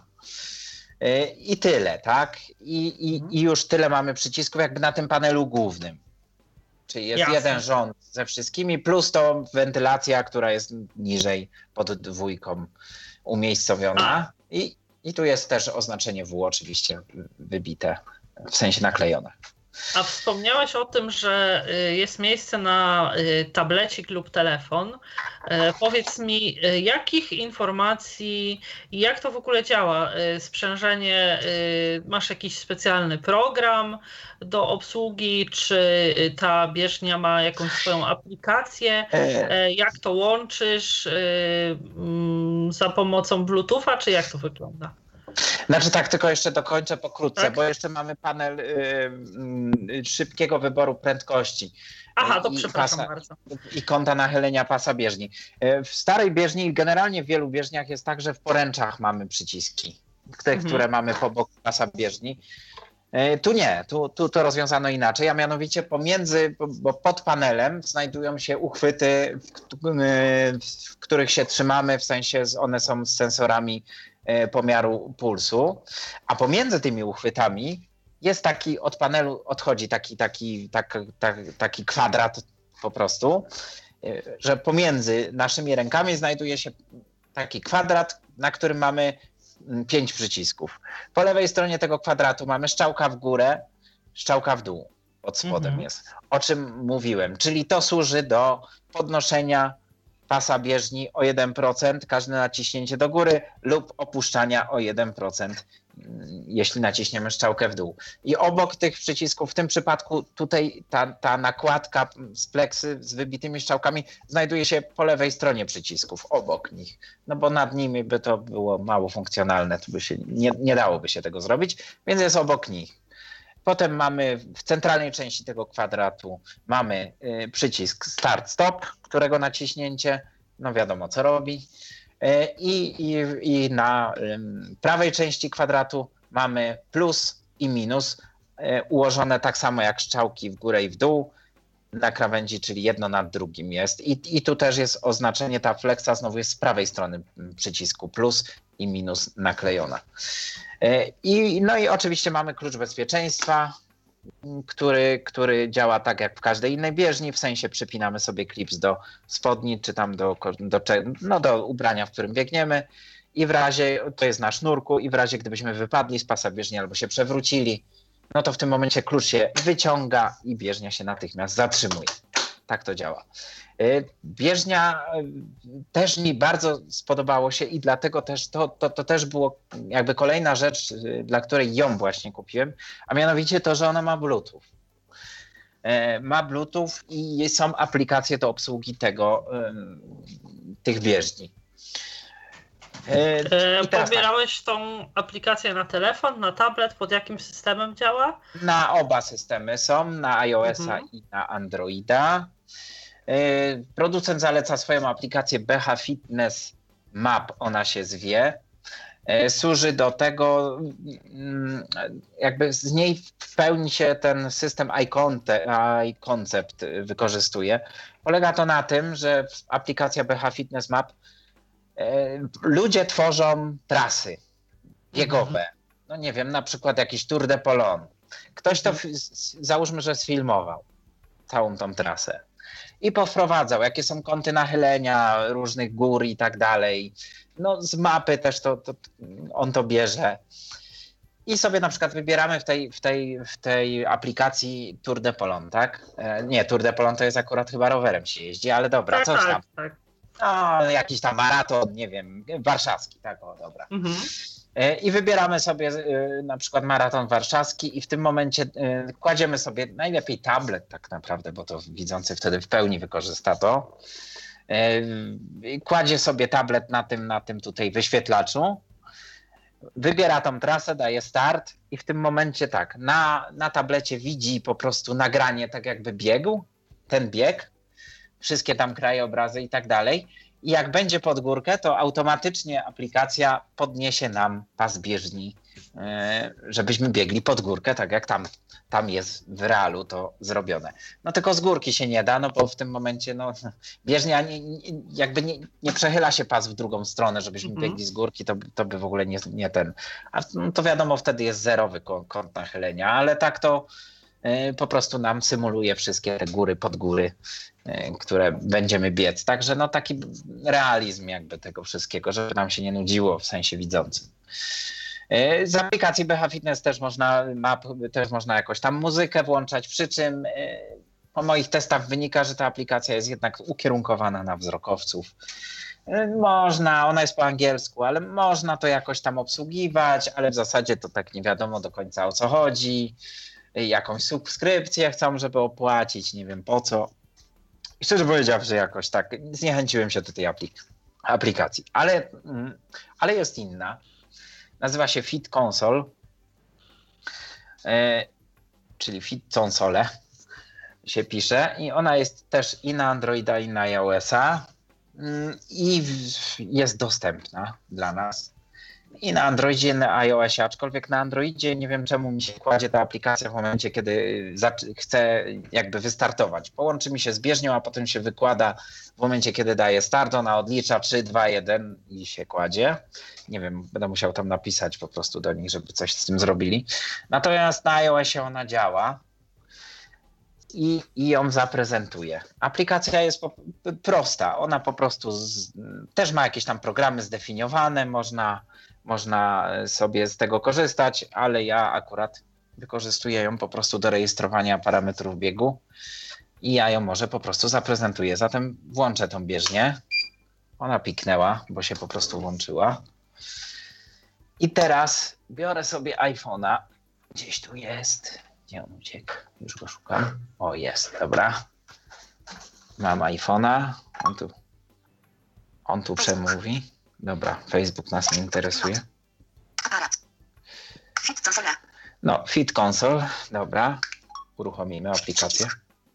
Speaker 3: I tyle, tak? I, i, i już tyle mamy przycisków jakby na tym panelu głównym. Czyli jest Jasne. jeden rząd ze wszystkimi, plus to wentylacja, która jest niżej pod dwójką umiejscowiona. I, I tu jest też oznaczenie W oczywiście wybite, w sensie naklejone.
Speaker 2: A wspomniałeś o tym, że jest miejsce na tablecik lub telefon. Powiedz mi, jakich informacji, jak to w ogóle działa? Sprzężenie, masz jakiś specjalny program do obsługi, czy ta bieżnia ma jakąś swoją aplikację? Jak to łączysz za pomocą Bluetootha, czy jak to wygląda?
Speaker 3: Znaczy tak, tylko jeszcze dokończę pokrótce,
Speaker 2: tak?
Speaker 3: bo jeszcze mamy panel y, y, szybkiego wyboru prędkości.
Speaker 2: Aha, to
Speaker 3: I
Speaker 2: przepraszam
Speaker 3: pasa,
Speaker 2: bardzo.
Speaker 3: I kąta nachylenia pasa bieżni. W starej bieżni i generalnie w wielu bieżniach jest tak, że w poręczach mamy przyciski, te, mhm. które mamy po boku pasa bieżni. Tu nie, tu, tu to rozwiązano inaczej, a mianowicie pomiędzy, bo pod panelem znajdują się uchwyty, w, w których się trzymamy, w sensie one są z sensorami pomiaru pulsu, a pomiędzy tymi uchwytami jest taki, od panelu odchodzi taki, taki, tak, tak, taki kwadrat po prostu, że pomiędzy naszymi rękami znajduje się taki kwadrat, na którym mamy pięć przycisków. Po lewej stronie tego kwadratu mamy strzałka w górę, strzałka w dół, pod spodem mhm. jest, o czym mówiłem, czyli to służy do podnoszenia pasa bieżni o jeden procent, każde naciśnięcie do góry lub opuszczania o jeden procent, jeśli naciśniemy strzałkę w dół. I obok tych przycisków, w tym przypadku tutaj ta, ta nakładka z pleksy z wybitymi strzałkami znajduje się po lewej stronie przycisków, obok nich. No bo nad nimi by to było mało funkcjonalne, to by się, nie, nie dałoby się tego zrobić, więc jest obok nich. Potem mamy w centralnej części tego kwadratu mamy y, przycisk Start Stop, którego naciśnięcie, no wiadomo co robi. Y, i, I na y, prawej części kwadratu mamy plus i minus y, ułożone tak samo jak strzałki w górę i w dół na krawędzi, czyli jedno nad drugim jest. I, i tu też jest oznaczenie, ta flexa znowu jest z prawej strony przycisku, plus i minus naklejona. I, no i oczywiście mamy klucz bezpieczeństwa, który, który działa tak jak w każdej innej bieżni, w sensie przypinamy sobie klips do spodni, czy tam do, do, no do ubrania, w którym biegniemy i w razie, to jest na sznurku, i w razie gdybyśmy wypadli z pasa bieżni albo się przewrócili, no to w tym momencie klucz się wyciąga i bieżnia się natychmiast zatrzymuje. Tak to działa. Bieżnia też mi bardzo spodobało się i dlatego też to, to, to też było jakby kolejna rzecz, dla której ją właśnie kupiłem, a mianowicie to, że ona ma Bluetooth. Ma Bluetooth i są aplikacje do obsługi tego, tych bieżni.
Speaker 2: I Pobierałeś tak. tą aplikację na telefon, na tablet, pod jakim systemem działa?
Speaker 3: Na oba systemy są, na iOS-a mhm. i na Androida. Producent zaleca swoją aplikację B H Fitness Map, ona się zwie. służy do tego, jakby z niej w pełni się ten system iConcept wykorzystuje. Polega to na tym, że aplikacja B H Fitness Map, ludzie tworzą trasy biegowe. No nie wiem, na przykład jakiś Tour de Pologne. Ktoś to, załóżmy, że sfilmował całą tą trasę i powprowadzał, jakie są kąty nachylenia różnych gór i tak dalej. No z mapy też to, to on to bierze. I sobie na przykład wybieramy w tej, w tej, w tej aplikacji Tour de Pologne, tak? Nie, Tour de Pologne to jest akurat chyba rowerem się jeździ, ale dobra,
Speaker 2: tak,
Speaker 3: coś tam.
Speaker 2: Tak, tak.
Speaker 3: No, jakiś tam maraton, nie wiem, warszawski, tak, o dobra. Mhm. I wybieramy sobie na przykład maraton warszawski i w tym momencie kładziemy sobie najlepiej tablet tak naprawdę, bo to widzący wtedy w pełni wykorzysta to. Kładzie sobie tablet na tym, na tym tutaj wyświetlaczu, wybiera tą trasę, daje start i w tym momencie tak, na, na tablecie widzi po prostu nagranie tak jakby biegł, ten bieg, wszystkie tam krajobrazy i tak dalej. I jak będzie pod górkę, to automatycznie aplikacja podniesie nam pas bieżni, żebyśmy biegli pod górkę, tak jak tam, tam jest w realu to zrobione. No tylko z górki się nie da, no bo w tym momencie no, bieżnia nie, jakby nie, nie przechyla się pas w drugą stronę, żebyśmy mhm. biegli z górki, to, to by w ogóle nie, nie ten. A no, to wiadomo, wtedy jest zerowy kąt nachylenia, ale tak to po prostu nam symuluje wszystkie te góry, podgóry, które będziemy biec. Także no taki realizm jakby tego wszystkiego, żeby nam się nie nudziło w sensie widzącym. Z aplikacji B H Fitness też można, map, też można jakoś tam muzykę włączać, przy czym po moich testach wynika, że ta aplikacja jest jednak ukierunkowana na wzrokowców. Można, ona jest po angielsku, ale można to jakoś tam obsługiwać, ale w zasadzie to tak nie wiadomo do końca o co chodzi. Jakąś subskrypcję chcą, żeby opłacić, nie wiem po co. I szczerze powiedziawszy jakoś tak zniechęciłem się do tej aplik- aplikacji, ale, ale jest inna. Nazywa się Fit Console, yy, czyli Fit Console się pisze i ona jest też i na Androida, i na iOS-a yy, i w, jest dostępna dla nas. I na Androidzie, i na iOSie, aczkolwiek na Androidzie nie wiem czemu mi się kładzie ta aplikacja w momencie, kiedy chcę jakby wystartować. Połączy mi się z bieżnią, a potem się wykłada w momencie, kiedy daje start, ona odlicza trzy, dwa, jeden i się kładzie. Nie wiem, będę musiał tam napisać po prostu do nich, żeby coś z tym zrobili. Natomiast na iOSie ona działa i, i ją zaprezentuję. Aplikacja jest po, prosta, ona po prostu z, też ma jakieś tam programy zdefiniowane, można Można sobie z tego korzystać, ale ja akurat wykorzystuję ją po prostu do rejestrowania parametrów biegu i ja ją może po prostu zaprezentuję. Zatem włączę tą bieżnię. Ona piknęła, bo się po prostu włączyła. I teraz biorę sobie iPhone'a. Gdzieś tu jest. Gdzie on uciekł? Już go szukam. O, jest, dobra. Mam iPhone'a. On tu, on tu przemówi. Dobra, Facebook nas nie interesuje. No, Fit Console, dobra. Uruchomimy aplikację.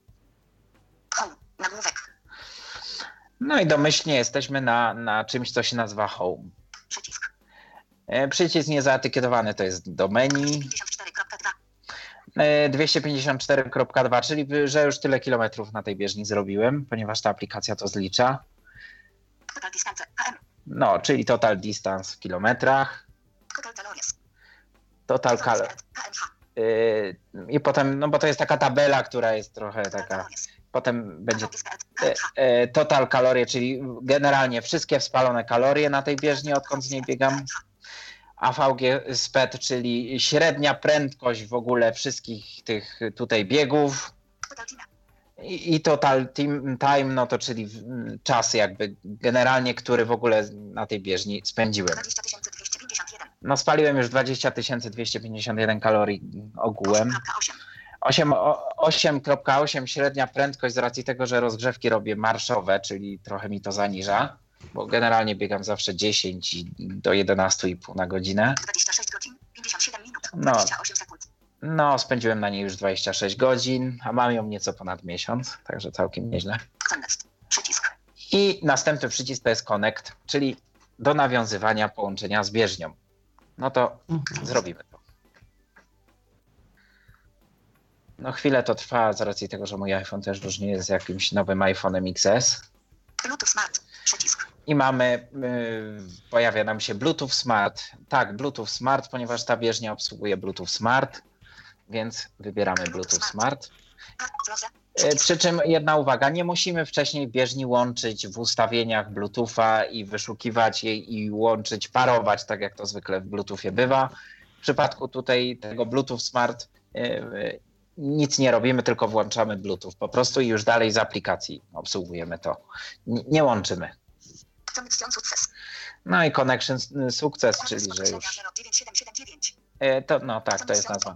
Speaker 3: No i domyślnie jesteśmy na, na czymś, co się nazywa Home. Przycisk niezaetykietowany to jest do menu. dwieście pięćdziesiąt cztery kropka dwa, czyli że już tyle kilometrów na tej bieżni zrobiłem, ponieważ ta aplikacja to zlicza. No, czyli total distance w kilometrach. Total calorie. Yy, I potem, no bo to jest taka tabela, która jest trochę taka. Potem będzie yy, total kalorie, czyli generalnie wszystkie spalone kalorie na tej bieżni, odkąd z niej biegam. A V G speed, czyli średnia prędkość w ogóle wszystkich tych tutaj biegów. I, i total time, no to czyli czas jakby generalnie, który w ogóle na tej bieżni spędziłem. No spaliłem już dwadzieścia tysięcy dwieście pięćdziesiąt jeden kalorii ogółem. osiem przecinek osiem średnia prędkość z racji tego, że rozgrzewki robię marszowe, czyli trochę mi to zaniża, bo generalnie biegam zawsze dziesięć do jedenastu i pół na godzinę.
Speaker 4: dwadzieścia sześć godzin, pięćdziesiąt siedem minut,
Speaker 3: no.
Speaker 4: dwadzieścia osiem sekund.
Speaker 3: No, spędziłem na niej już dwadzieścia sześć godzin, a mam ją nieco ponad miesiąc, także całkiem nieźle.
Speaker 4: Connect, przycisk.
Speaker 3: I następny przycisk to jest Connect, czyli do nawiązywania połączenia z bieżnią. No to mhm. zrobimy to. No chwilę to trwa z racji tego, że mój iPhone też już nie jest jakimś nowym iPhone'em X S.
Speaker 4: Bluetooth Smart, przycisk.
Speaker 3: I mamy, yy, pojawia nam się Bluetooth Smart. Tak, Bluetooth Smart, ponieważ ta bieżnia obsługuje Bluetooth Smart, więc wybieramy Bluetooth Smart. Yy, przy czym jedna uwaga, nie musimy wcześniej bieżni łączyć w ustawieniach Bluetootha i wyszukiwać jej i łączyć, parować, tak jak to zwykle w Bluetoothie bywa. W przypadku tutaj tego Bluetooth Smart yy, nic nie robimy, tylko włączamy Bluetooth po prostu i już dalej z aplikacji obsługujemy to. N- nie łączymy. No i connection sukces, czyli że już... To, no tak, to jest nazwa.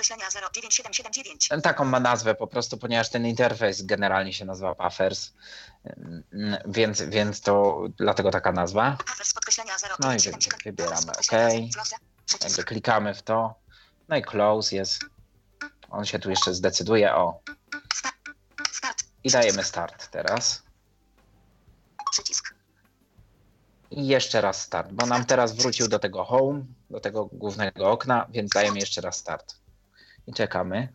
Speaker 3: Taką ma nazwę po prostu, ponieważ ten interfejs generalnie się nazywa Paffers, więc, więc to dlatego taka nazwa. No i wybieramy OK, jakby klikamy w to, no i close jest. On się tu jeszcze zdecyduje o. I dajemy start teraz.
Speaker 4: Przycisk.
Speaker 3: I jeszcze raz start, bo nam teraz wrócił do tego home, do tego głównego okna, więc dajemy jeszcze raz start. I czekamy.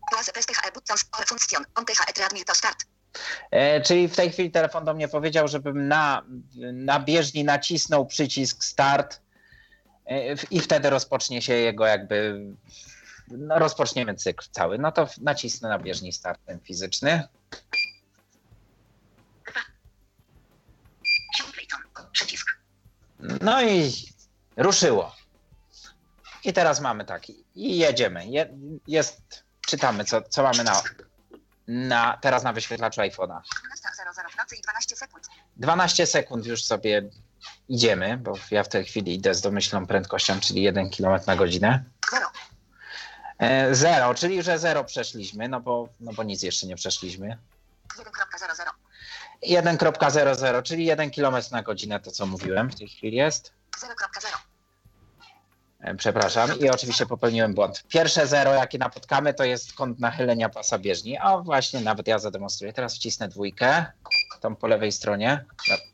Speaker 3: E, czyli w tej chwili telefon do mnie powiedział, żebym na, na bieżni nacisnął przycisk start e, i wtedy rozpocznie się jego jakby, no rozpoczniemy cykl cały. No to nacisnę na bieżni start ten fizyczny.
Speaker 4: Przycisk.
Speaker 3: No i ruszyło. I teraz mamy tak, i jedziemy. Je, jest, czytamy, co, co mamy na, na, teraz na wyświetlaczu iPhone'a.
Speaker 4: dwanaście sekund.
Speaker 3: dwanaście sekund już sobie idziemy, bo ja w tej chwili idę z domyślną prędkością, czyli jeden kilometr na godzinę.
Speaker 4: Zero.
Speaker 3: E, zero, czyli że zero przeszliśmy, no bo, no bo nic jeszcze nie przeszliśmy.
Speaker 4: jeden kropka zero zero.
Speaker 3: jeden kropka zero zero, czyli jeden kilometr na godzinę, to co mówiłem w tej chwili jest.
Speaker 4: zero kropka zero.
Speaker 3: Przepraszam i oczywiście popełniłem błąd. Pierwsze zero, jakie napotkamy, to jest kąt nachylenia pasa bieżni. A właśnie, nawet ja zademonstruję. Teraz wcisnę dwójkę, tą po lewej stronie.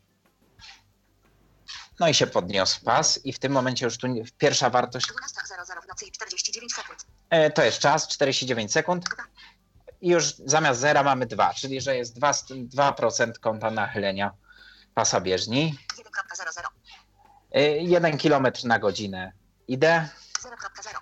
Speaker 3: No i się podniósł pas i w tym momencie już tu pierwsza wartość...
Speaker 4: dwunasta zero zero w nocy i czterdzieści dziewięć sekund.
Speaker 3: To jest czas, czterdzieści dziewięć sekund. I już zamiast zera mamy dwa, czyli że jest dwa procent kąta nachylenia pasa bieżni.
Speaker 4: jeden kropka zero zero.
Speaker 3: jeden kilometr na godzinę idę.
Speaker 4: zero kropka zero.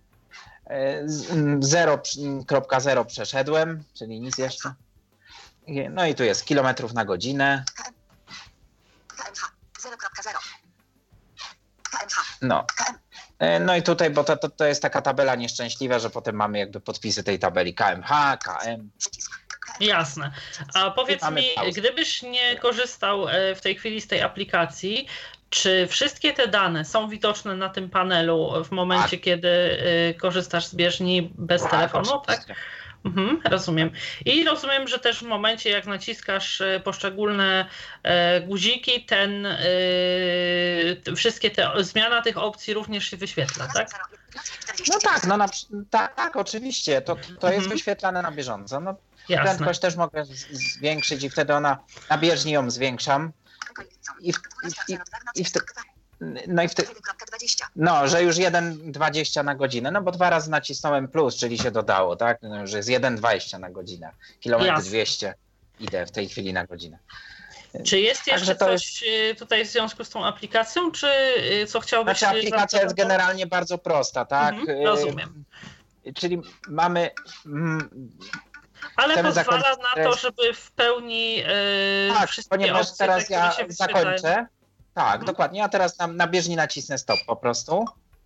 Speaker 3: zero kropka zero przeszedłem, czyli nic jeszcze. No i tu jest kilometrów na godzinę.
Speaker 4: K M H zero kropka zero. K M H.
Speaker 3: No. No i tutaj, bo to, to, to jest taka tabela nieszczęśliwa, że potem mamy jakby podpisy tej tabeli K M H, K M.
Speaker 2: Jasne. A powiedz mi, gdybyś nie korzystał w tej chwili z tej aplikacji, czy wszystkie te dane są widoczne na tym panelu w momencie, tak, kiedy korzystasz z bieżni bez tak, telefonu? Tak? Mhm, rozumiem. I rozumiem, że też w momencie, jak naciskasz poszczególne guziki, ten yy, wszystkie te zmiana tych opcji również się wyświetla, tak?
Speaker 3: No tak, no na, tak, tak, oczywiście. To, to jest mhm. wyświetlane na bieżąco. No, prędkość też mogę zwiększyć i wtedy ona na bieżni ją zwiększam. I w, i, i, i w te, no i w te, no, że już jeden dwadzieścia na godzinę, no bo dwa razy nacisnąłem plus, czyli się dodało, tak? No, że jest jeden dwadzieścia na godzinę. Kilometr dwieście idę w tej chwili na godzinę.
Speaker 2: Czy jest jeszcze coś jest... tutaj w związku z tą aplikacją, czy co chciałbyś...
Speaker 3: Znaczy aplikacja jest generalnie bardzo prosta, tak?
Speaker 2: Mhm, rozumiem.
Speaker 3: Czyli mamy... Mm,
Speaker 2: ale pozwala na to, żeby w pełni yy,
Speaker 3: tak,
Speaker 2: wszystkie
Speaker 3: ponieważ
Speaker 2: opcje,
Speaker 3: teraz
Speaker 2: te,
Speaker 3: ja
Speaker 2: się
Speaker 3: zakończę. Tak, mhm. dokładnie. Ja teraz na, na bieżni nacisnę stop po prostu.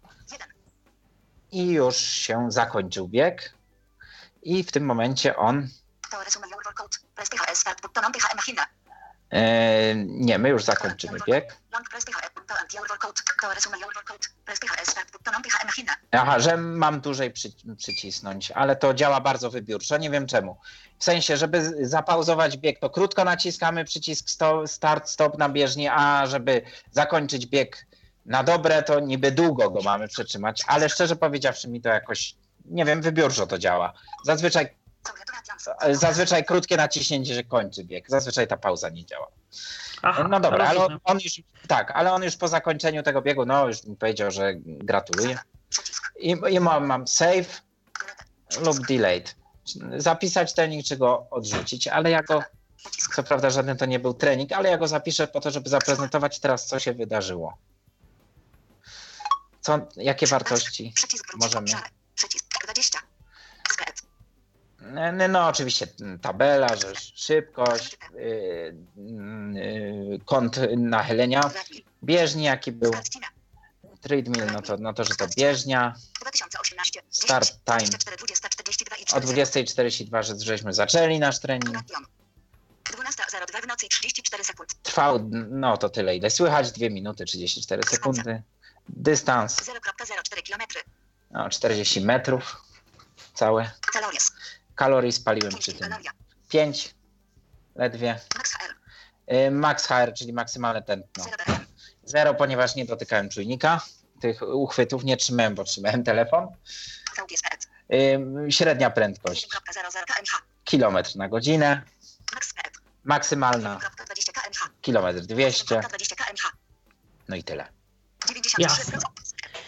Speaker 3: I już się zakończył bieg. I w tym momencie on... E, nie, my już zakończymy bieg. Aha, że mam dłużej przy, przycisnąć, ale to działa bardzo wybiórczo, nie wiem czemu. W sensie, żeby zapauzować bieg, to krótko naciskamy przycisk stop, start, stop na bieżni, a żeby zakończyć bieg na dobre, to niby długo go mamy przytrzymać, ale szczerze powiedziawszy mi to jakoś, nie wiem, wybiórczo to działa. Zazwyczaj Zazwyczaj krótkie naciśnięcie, że kończy bieg. Zazwyczaj ta pauza nie działa.
Speaker 2: Aha,
Speaker 3: No dobra, ale on,
Speaker 2: rozumiem.
Speaker 3: on już, tak, ale on już po zakończeniu tego biegu, no już mi powiedział, że gratuluje.
Speaker 4: Przycisk.
Speaker 3: I, i mam, mam save lub delayed. Zapisać trening, czy go odrzucić, ale ja go,
Speaker 4: Przycisk.
Speaker 3: co prawda żaden to nie był trening, ale ja go zapiszę po to, żeby zaprezentować teraz, co się wydarzyło. Co, jakie wartości
Speaker 4: Przycisk wróć.
Speaker 3: możemy?
Speaker 4: Obszary. Przycisk dwadzieścia. Skret.
Speaker 3: No, no oczywiście tabela, że szybkość, yy, yy, kąt nachylenia,
Speaker 4: Treadmill.
Speaker 3: bieżni jaki był,
Speaker 4: Treadmill.
Speaker 3: treadmill, no to, no to, że to bieżnia,
Speaker 4: dwa tysiące osiemnaście.
Speaker 3: Start time.
Speaker 4: dwadzieścia cztery, dwadzieścia, czterdzieści dwa i
Speaker 3: o
Speaker 4: cztery.
Speaker 3: dwudziestej czterdzieści dwa, że żeśmy zaczęli nasz trening.
Speaker 4: dwunasta zero dwa w nocy i trzydzieści cztery sekund.
Speaker 3: Trwał, no to tyle, ile słychać, dwie minuty trzydzieści cztery sekundy. Dystans,
Speaker 4: zero przecinek zero cztery kilometry.
Speaker 3: no czterdzieści metrów całe.
Speaker 4: Calories.
Speaker 3: Kalorii spaliłem przy
Speaker 4: pięć
Speaker 3: tym
Speaker 4: kaloria.
Speaker 3: pięć, ledwie.
Speaker 4: Max H R.
Speaker 3: Yy, Max H R, czyli maksymalne tętno.
Speaker 4: zero B R.
Speaker 3: Zero, ponieważ nie dotykałem czujnika. Tych uchwytów nie trzymałem, bo trzymałem telefon.
Speaker 4: V G S P.
Speaker 3: Yy, średnia prędkość
Speaker 4: jeden przecinek zero zero kilometrów.
Speaker 3: kilometr na godzinę.
Speaker 4: Max P.
Speaker 3: Maksymalna
Speaker 4: dwadzieścia kilometrów.
Speaker 3: kilometr dwieście.
Speaker 4: dwadzieścia kilometrów.
Speaker 3: No i tyle.
Speaker 4: dziewięćdziesiąt trzy
Speaker 2: Jasne.
Speaker 4: procent.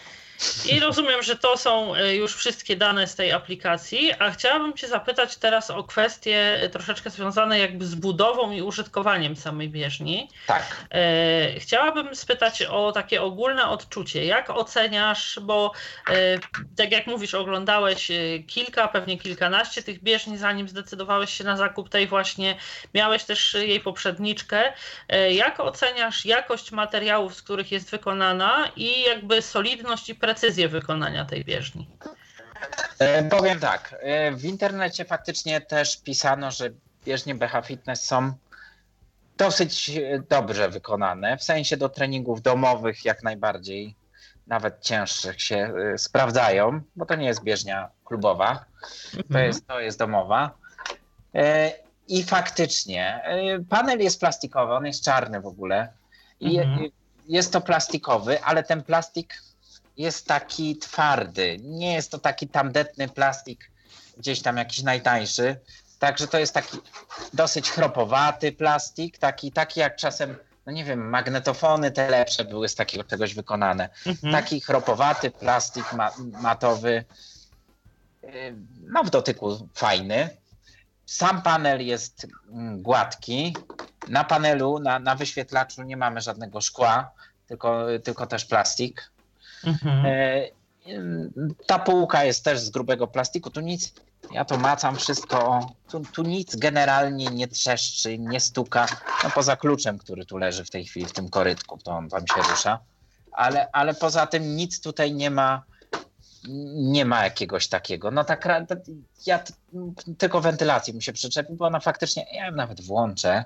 Speaker 2: I rozumiem, że to są y, już wszystkie dane z tej aplikacji, a chciałabym Cię zapytać teraz o kwestie y, troszeczkę związane jakby z budową i użytkowaniem samej bieżni.
Speaker 3: Tak.
Speaker 2: Y, Chciałabym spytać o takie ogólne odczucie. Jak oceniasz, bo y, tak jak mówisz, oglądałeś y, kilka, pewnie kilkanaście tych bieżni, zanim zdecydowałeś się na zakup tej właśnie, miałeś też y, jej poprzedniczkę. Y, Jak oceniasz jakość materiałów, z których jest wykonana i jakby solidność i precyzję wykonania tej bieżni?
Speaker 3: E, powiem tak. E, w internecie faktycznie też pisano, że bieżnie B H Fitness są dosyć dobrze wykonane. W sensie do treningów domowych jak najbardziej, nawet cięższych się e, sprawdzają, bo to nie jest bieżnia klubowa, to jest, to jest domowa. E, I faktycznie e, panel jest plastikowy, on jest czarny w ogóle. I
Speaker 2: Mhm.
Speaker 3: jest to plastikowy, ale ten plastik jest taki twardy. Nie jest to taki tandetny plastik, gdzieś tam jakiś najtańszy. Także to jest taki dosyć chropowaty plastik, taki, taki jak czasem, no nie wiem, magnetofony te lepsze były z takiego czegoś wykonane.
Speaker 2: Mhm.
Speaker 3: Taki chropowaty plastik ma, matowy, yy, no w dotyku fajny. Sam panel jest mm, gładki. Na panelu, na, na wyświetlaczu nie mamy żadnego szkła, tylko, tylko też plastik.
Speaker 2: Mhm.
Speaker 3: E, Ta półka jest też z grubego plastiku. Tu nic, ja to macam wszystko, tu, tu nic generalnie nie trzeszczy, nie stuka. No poza kluczem, który tu leży w tej chwili w tym korytku, to on tam się rusza. Ale, ale poza tym nic tutaj nie ma, nie ma jakiegoś takiego. No tak, ja t- tylko wentylacji mu się przyczepi, bo ona faktycznie, ja ją nawet włączę,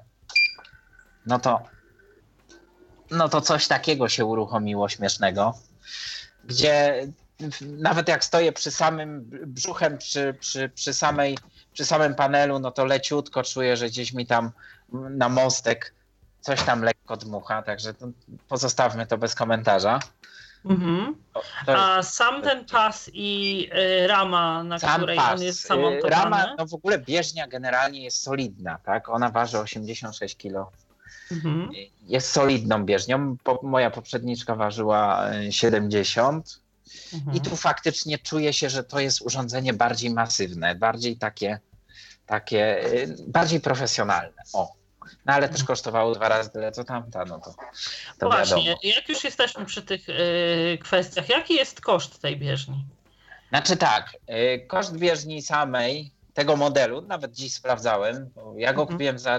Speaker 3: no to, no to coś takiego się uruchomiło śmiesznego, gdzie nawet jak stoję przy samym brzuchem, przy, przy, przy, samej, przy samym panelu, no to leciutko czuję, że gdzieś mi tam na mostek coś tam lekko dmucha, także to pozostawmy to bez komentarza.
Speaker 2: Mhm.
Speaker 3: O, to jest
Speaker 2: A sam ten pas i y, rama, na
Speaker 3: sam
Speaker 2: której
Speaker 3: pas.
Speaker 2: on jest
Speaker 3: Y,
Speaker 2: zamontowany?
Speaker 3: Rama, no w ogóle bieżnia generalnie jest solidna, tak? Ona waży osiemdziesiąt sześć kilo.
Speaker 2: Mhm.
Speaker 3: Jest solidną bieżnią. Po, moja poprzedniczka ważyła siedemdziesiąt.
Speaker 2: Mhm.
Speaker 3: I tu faktycznie czuje się, że to jest urządzenie bardziej masywne, bardziej takie, takie y, bardziej profesjonalne. O. No ale też kosztowało dwa razy tyle co tamta, no to, to
Speaker 2: Właśnie,
Speaker 3: wiadomo.
Speaker 2: jak już jesteśmy przy tych y, kwestiach, jaki jest koszt tej bieżni?
Speaker 3: Znaczy tak, y, koszt bieżni samej, tego modelu, nawet dziś sprawdzałem, bo ja go
Speaker 2: Mhm.
Speaker 3: kupiłem za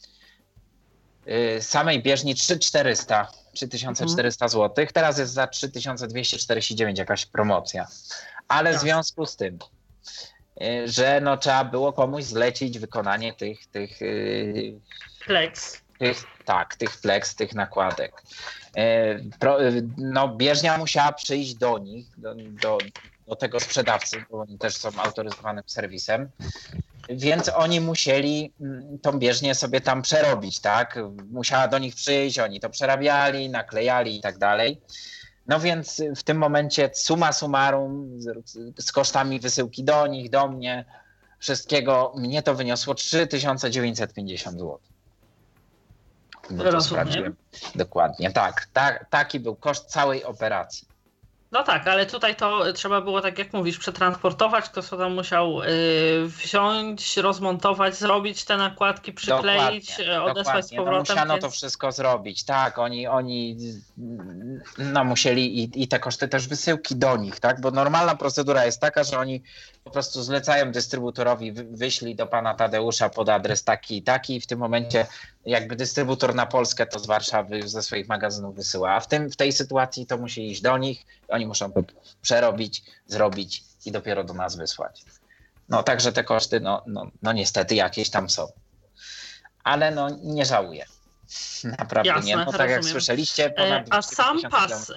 Speaker 3: y, samej bieżni trzy tysiące czterysta, trzy tysiące czterysta złotych, teraz jest za trzy tysiące dwieście czterdzieści dziewięć jakaś promocja. Ale w
Speaker 2: Tak.
Speaker 3: związku z tym, y, że no, trzeba było komuś zlecić wykonanie tych, tych, y,
Speaker 2: Flex.
Speaker 3: tych, tak, tych flex, tych nakładek. Y, pro, y, no, bieżnia musiała przyjść do nich, do, do, do tego sprzedawcy, bo oni też są autoryzowanym serwisem, więc oni musieli mm, tą bieżnię sobie tam przerobić, tak? Musiała do nich przyjść, oni to przerabiali, naklejali i tak dalej. No więc w tym momencie summa summarum z, z kosztami wysyłki do nich, do mnie, wszystkiego, mnie to wyniosło trzy tysiące dziewięćset pięćdziesiąt złotych. Bo to
Speaker 2: Rozumiem.
Speaker 3: sprawdziłem dokładnie. Tak, tak, taki był koszt całej operacji.
Speaker 2: No tak, ale tutaj to trzeba było, tak jak mówisz, przetransportować, ktoś to tam musiał y, wziąć, rozmontować, zrobić te nakładki, przykleić,
Speaker 3: Dokładnie,
Speaker 2: odesłać
Speaker 3: dokładnie.
Speaker 2: z powrotem.
Speaker 3: No musiano
Speaker 2: więc...
Speaker 3: to wszystko zrobić, tak, oni, oni no musieli i, i te koszty też wysyłki do nich, tak, bo normalna procedura jest taka, że oni po prostu zlecają dystrybutorowi, wy, wyślij do pana Tadeusza pod adres taki i taki i w tym momencie jakby dystrybutor na Polskę to z Warszawy ze swoich magazynów wysyła, a w, tym, w tej sytuacji to musi iść do nich, oni muszą to przerobić, zrobić i dopiero do nas wysłać. No także te koszty, no, no, no niestety jakieś tam są. Ale no nie żałuję. Naprawdę
Speaker 2: Jasne,
Speaker 3: nie. No tak
Speaker 2: rozumiem.
Speaker 3: jak słyszeliście, ponad
Speaker 2: A sam pas... Y,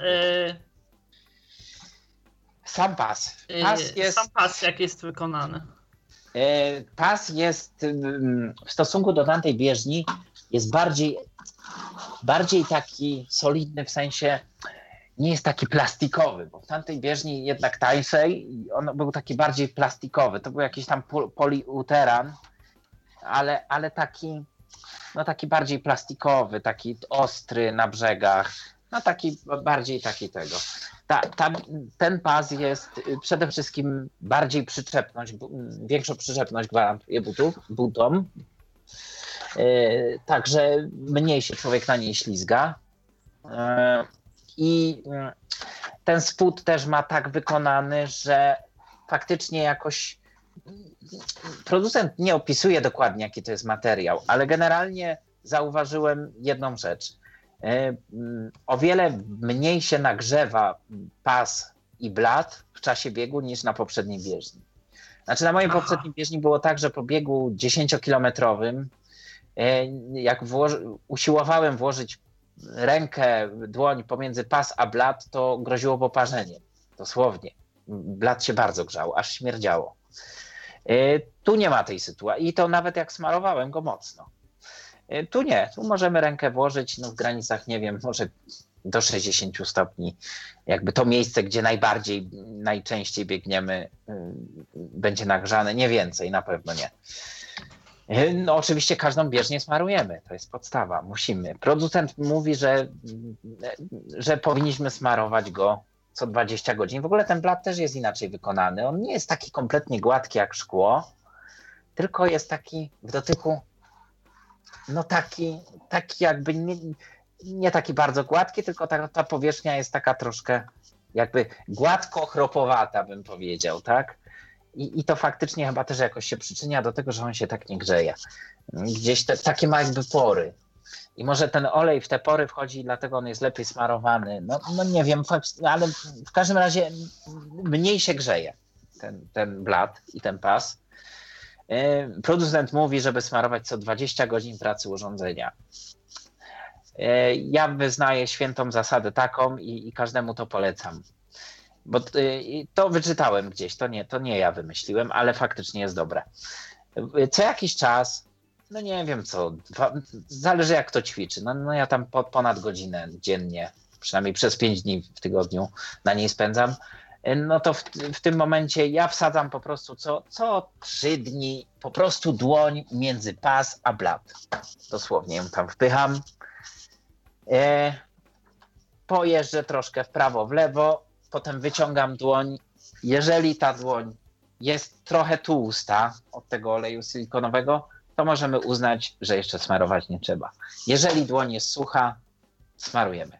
Speaker 3: sam pas. Pas jest,
Speaker 2: sam pas jak jest wykonany?
Speaker 3: y, pas jest y, w stosunku do tamtej bieżni jest bardziej, bardziej taki solidny w sensie nie jest taki plastikowy, bo w tamtej bieżni jednak tańszej on był taki bardziej plastikowy. To był jakiś tam poliuteran, ale, ale taki, no taki bardziej plastikowy, taki ostry na brzegach, no taki bardziej taki tego. Ta, ta, ten pas jest przede wszystkim bardziej przyczepność, większą przyczepność gwarantuje butów, butom, yy, także mniej się człowiek na niej ślizga. Yy, I ten spód też ma tak wykonany, że faktycznie jakoś producent nie opisuje dokładnie, jaki to jest materiał, ale generalnie zauważyłem jedną rzecz. O wiele mniej się nagrzewa pas i blat w czasie biegu niż na poprzedniej bieżni. Znaczy na mojej Aha. poprzedniej bieżni było tak, że po biegu dziesięciokilometrowym jak włoży, usiłowałem włożyć rękę, dłoń pomiędzy pas a blat, to groziło poparzenie. Dosłownie. Blat się bardzo grzał, aż śmierdziało. Tu nie ma tej sytuacji i to nawet jak smarowałem go mocno. Tu nie, tu możemy rękę włożyć no w granicach, nie wiem, może do sześćdziesięciu stopni. Jakby to miejsce, gdzie najbardziej, najczęściej biegniemy, będzie nagrzane, nie więcej, na pewno nie. No oczywiście każdą bieżnię smarujemy, to jest podstawa, musimy. Producent mówi, że, że powinniśmy smarować go co dwadzieścia godzin. W ogóle ten blat też jest inaczej wykonany. On nie jest taki kompletnie gładki jak szkło, tylko jest taki w dotyku, no taki, taki jakby nie, nie taki bardzo gładki, tylko ta, ta powierzchnia jest taka troszkę jakby gładko chropowata, bym powiedział, tak? I, I to faktycznie chyba też jakoś się przyczynia do tego, że on się tak nie grzeje. Gdzieś te, takie ma jakby pory. I może ten olej w te pory wchodzi i dlatego on jest lepiej smarowany. No, no nie wiem, ale w każdym razie mniej się grzeje ten, ten blat i ten pas. Producent mówi, żeby smarować co dwadzieścia godzin pracy urządzenia. Ja wyznaję świętą zasadę taką i, i każdemu to polecam. Bo to wyczytałem gdzieś, to nie, to nie ja wymyśliłem, ale faktycznie jest dobre. Co jakiś czas, no nie wiem co, dwa, zależy jak to ćwiczy, no, no ja tam po, ponad godzinę dziennie, przynajmniej przez pięć dni w tygodniu na niej spędzam, no to w, w tym momencie ja wsadzam po prostu co, co trzy dni po prostu dłoń między pas a blat. Dosłownie ją tam wpycham, e, pojeżdżę troszkę w prawo, w lewo, potem wyciągam dłoń. Jeżeli ta dłoń jest trochę tłusta od tego oleju silikonowego, to możemy uznać, że jeszcze smarować nie trzeba. Jeżeli dłoń jest sucha, smarujemy.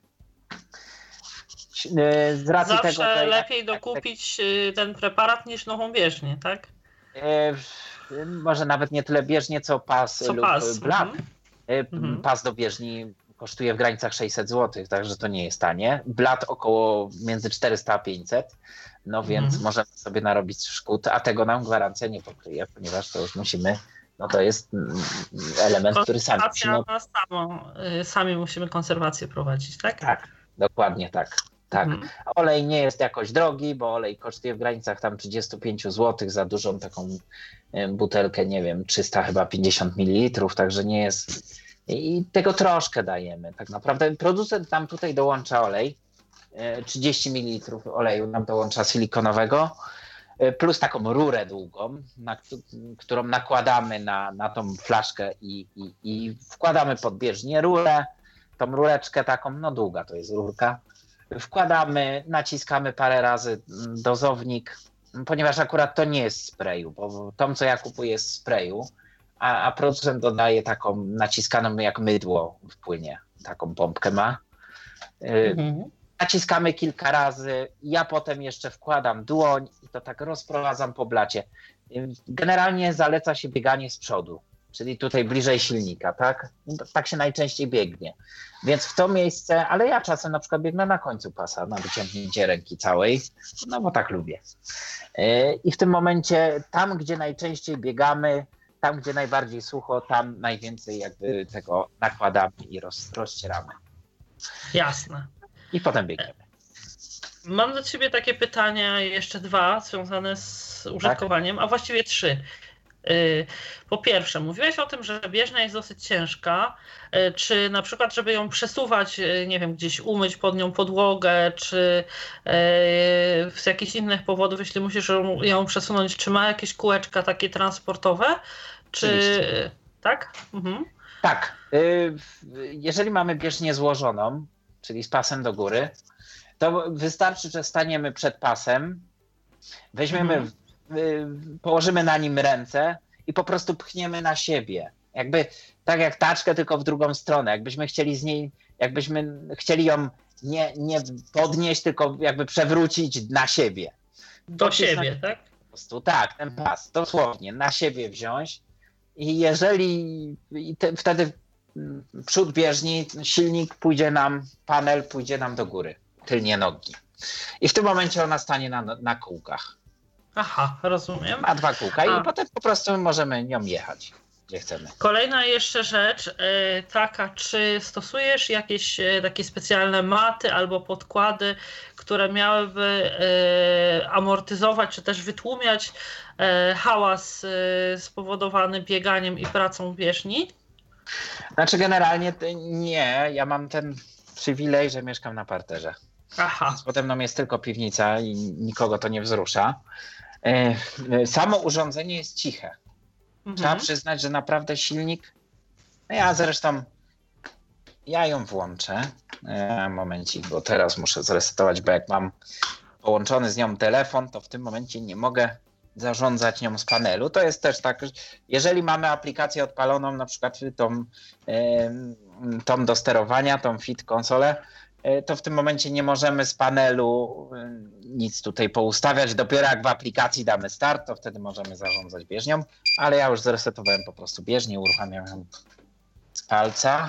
Speaker 3: Z racji
Speaker 2: Zawsze
Speaker 3: tego, że
Speaker 2: lepiej
Speaker 3: jak,
Speaker 2: dokupić jak, ten preparat niż nową bieżnię, tak?
Speaker 3: E, może nawet nie tyle bieżnię, co pas
Speaker 2: co
Speaker 3: lub
Speaker 2: pas.
Speaker 3: blat.
Speaker 2: Mhm.
Speaker 3: E, pas do bieżni kosztuje w granicach sześćset złotych, także to nie jest tanie. Blat około między czterysta a pięćset, no więc mhm. możemy sobie narobić szkód, a tego nam gwarancja nie pokryje, ponieważ to już musimy, no to jest element, który sami musimy...
Speaker 2: Na samo, sami musimy konserwację prowadzić, tak?
Speaker 3: Tak, dokładnie tak. Tak.
Speaker 2: Mhm.
Speaker 3: Olej nie jest jakoś drogi, bo olej kosztuje w granicach tam trzydzieści pięć złotych za dużą taką butelkę, nie wiem, trzysta chyba pięćdziesiąt mililitrów, także nie jest... I tego troszkę dajemy. Tak naprawdę producent nam tutaj dołącza olej, trzydzieści mililitrów oleju nam dołącza silikonowego. plus taką rurę długą, na, którą nakładamy na, na tą flaszkę i, i, i wkładamy pod bieżnię rurę, tą rureczkę taką, no długa to jest rurka, wkładamy, naciskamy parę razy dozownik, ponieważ akurat to nie jest sprayu, bo tą, co ja kupuję, jest sprayu, a, a producent dodaje taką naciskaną jak mydło w płynie, taką pompkę ma. Mhm. Naciskamy kilka razy, ja potem jeszcze wkładam dłoń i to tak rozprowadzam po blacie. Generalnie zaleca się bieganie z przodu, czyli tutaj bliżej silnika, tak? Tak się najczęściej biegnie. Więc w to miejsce, ale ja czasem na przykład biegnę na końcu pasa, na wyciągnięcie ręki całej, no bo tak lubię. I w tym momencie tam, gdzie najczęściej biegamy, tam, gdzie najbardziej sucho, tam najwięcej jakby tego nakładamy i roz, rozcieramy.
Speaker 2: Jasne.
Speaker 3: I potem biegniemy.
Speaker 2: Mam do ciebie takie pytania, jeszcze dwa, związane z użytkowaniem, tak? A właściwie trzy. Po pierwsze, mówiłeś o tym, że bieżnia jest dosyć ciężka. Czy na przykład, żeby ją przesuwać, nie wiem, gdzieś umyć pod nią podłogę, czy z jakichś innych powodów, jeśli musisz ją przesunąć, czy ma jakieś kółeczka takie transportowe? Czy oczywiście. Tak? Mhm. Tak.
Speaker 3: Jeżeli mamy bieżnię złożoną, czyli z pasem do góry, to wystarczy, że staniemy przed pasem, weźmiemy, mhm. położymy na nim ręce i po prostu pchniemy na siebie. Jakby tak jak taczkę, tylko w drugą stronę. Jakbyśmy chcieli z niej, jakbyśmy chcieli ją nie, nie podnieść, tylko jakby przewrócić na siebie.
Speaker 2: Do to siebie, na, tak?
Speaker 3: Po prostu tak, ten pas, dosłownie, na siebie wziąć i jeżeli i te, wtedy przód bieżni, silnik pójdzie nam, panel pójdzie nam do góry, tylnie nogi. I w tym momencie ona stanie na, na kółkach.
Speaker 2: Aha, rozumiem.
Speaker 3: Ma dwa kółka
Speaker 2: A.
Speaker 3: i potem po prostu możemy nią jechać, gdzie chcemy.
Speaker 2: Kolejna jeszcze rzecz, taka, czy stosujesz jakieś takie specjalne maty albo podkłady, które miałyby amortyzować, czy też wytłumiać hałas spowodowany bieganiem i pracą bieżni?
Speaker 3: Znaczy generalnie nie, ja mam ten przywilej, że mieszkam na parterze.
Speaker 2: Aha.
Speaker 3: Więc potem no, jest tylko piwnica i nikogo to nie wzrusza. Samo urządzenie jest ciche. Mhm. Trzeba przyznać, że naprawdę silnik, no ja zresztą, ja ją włączę. Momencik, bo teraz muszę zresetować, bo jak mam połączony z nią telefon, to w tym momencie nie mogę zarządzać nią z panelu. To jest też tak, jeżeli mamy aplikację odpaloną, na przykład tą, tą do sterowania, tą Fit konsolę, to w tym momencie nie możemy z panelu nic tutaj poustawiać. Dopiero jak w aplikacji damy start, to wtedy możemy zarządzać bieżnią, ale ja już zresetowałem po prostu bieżnię, uruchamiam ją z palca.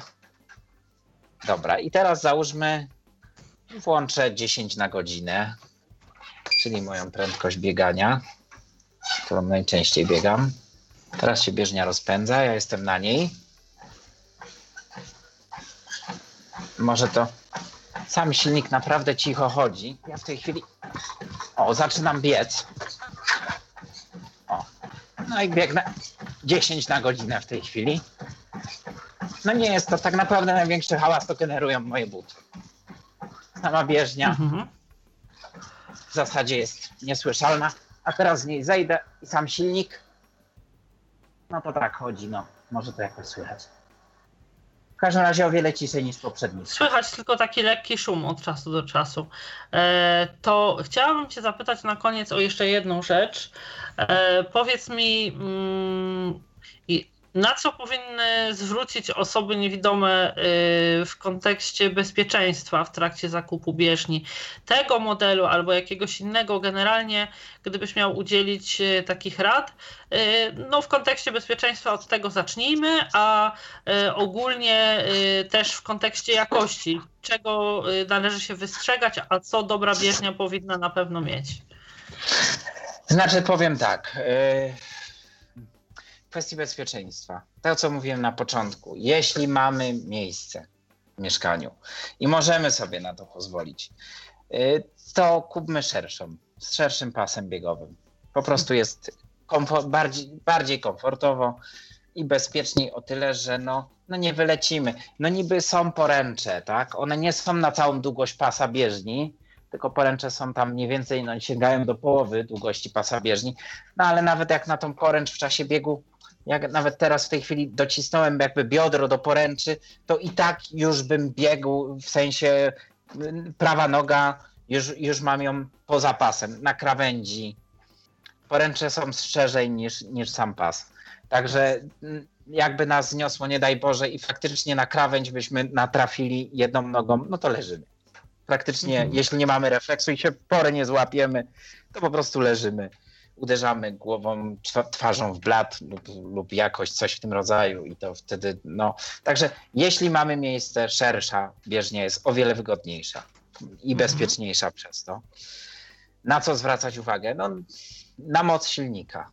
Speaker 3: Dobra, i teraz załóżmy, włączę dziesięć na godzinę, czyli moją prędkość biegania, którą najczęściej biegam. Teraz się bieżnia rozpędza, ja jestem na niej. Może to sam silnik naprawdę cicho chodzi. Ja w tej chwili, o, zaczynam biec. O, no i biegnę dziesięć na godzinę w tej chwili. No nie jest to tak naprawdę największy hałas, to generują moje buty. Sama bieżnia mhm. w zasadzie jest niesłyszalna, a teraz z niej zejdę i sam silnik, no to tak chodzi, no może to jakoś słychać. W każdym razie o wiele ciszej niż poprzedni.
Speaker 2: Słychać tylko taki lekki szum od czasu do czasu. E, to chciałabym cię zapytać na koniec o jeszcze jedną rzecz. E, powiedz mi, mm, na co powinny zwrócić osoby niewidome w kontekście bezpieczeństwa w trakcie zakupu bieżni tego modelu albo jakiegoś innego, generalnie gdybyś miał udzielić takich rad, no w kontekście bezpieczeństwa od tego zacznijmy, a ogólnie też w kontekście jakości, czego należy się wystrzegać, a co dobra bieżnia powinna na pewno mieć?
Speaker 3: Znaczy powiem tak, w kwestii bezpieczeństwa, to co mówiłem na początku, jeśli mamy miejsce w mieszkaniu i możemy sobie na to pozwolić, to kupmy szerszą, z szerszym pasem biegowym. Po prostu jest komfort, bardziej, bardziej komfortowo i bezpieczniej o tyle, że no, no nie wylecimy. No niby są poręcze, tak? One nie są na całą długość pasa bieżni, tylko poręcze są tam mniej więcej, no sięgają do połowy długości pasa bieżni, no ale nawet jak na tą poręcz w czasie biegu, jak nawet teraz w tej chwili docisnąłem jakby biodro do poręczy, to i tak już bym biegł, w sensie prawa noga, już, już mam ją poza pasem, na krawędzi. Poręcze są szerzej niż, niż sam pas. Także jakby nas zniosło, nie daj Boże, i faktycznie na krawędź byśmy natrafili jedną nogą, no to leżymy. Praktycznie, mhm. jeśli nie mamy refleksu i się pory nie złapiemy, to po prostu leżymy. Uderzamy głową, twarzą w blat lub, lub jakoś coś w tym rodzaju i to wtedy, no. Także jeśli mamy miejsce, szersza bieżnia jest o wiele wygodniejsza i bezpieczniejsza mhm. przez to. Na co zwracać uwagę? No, na moc silnika.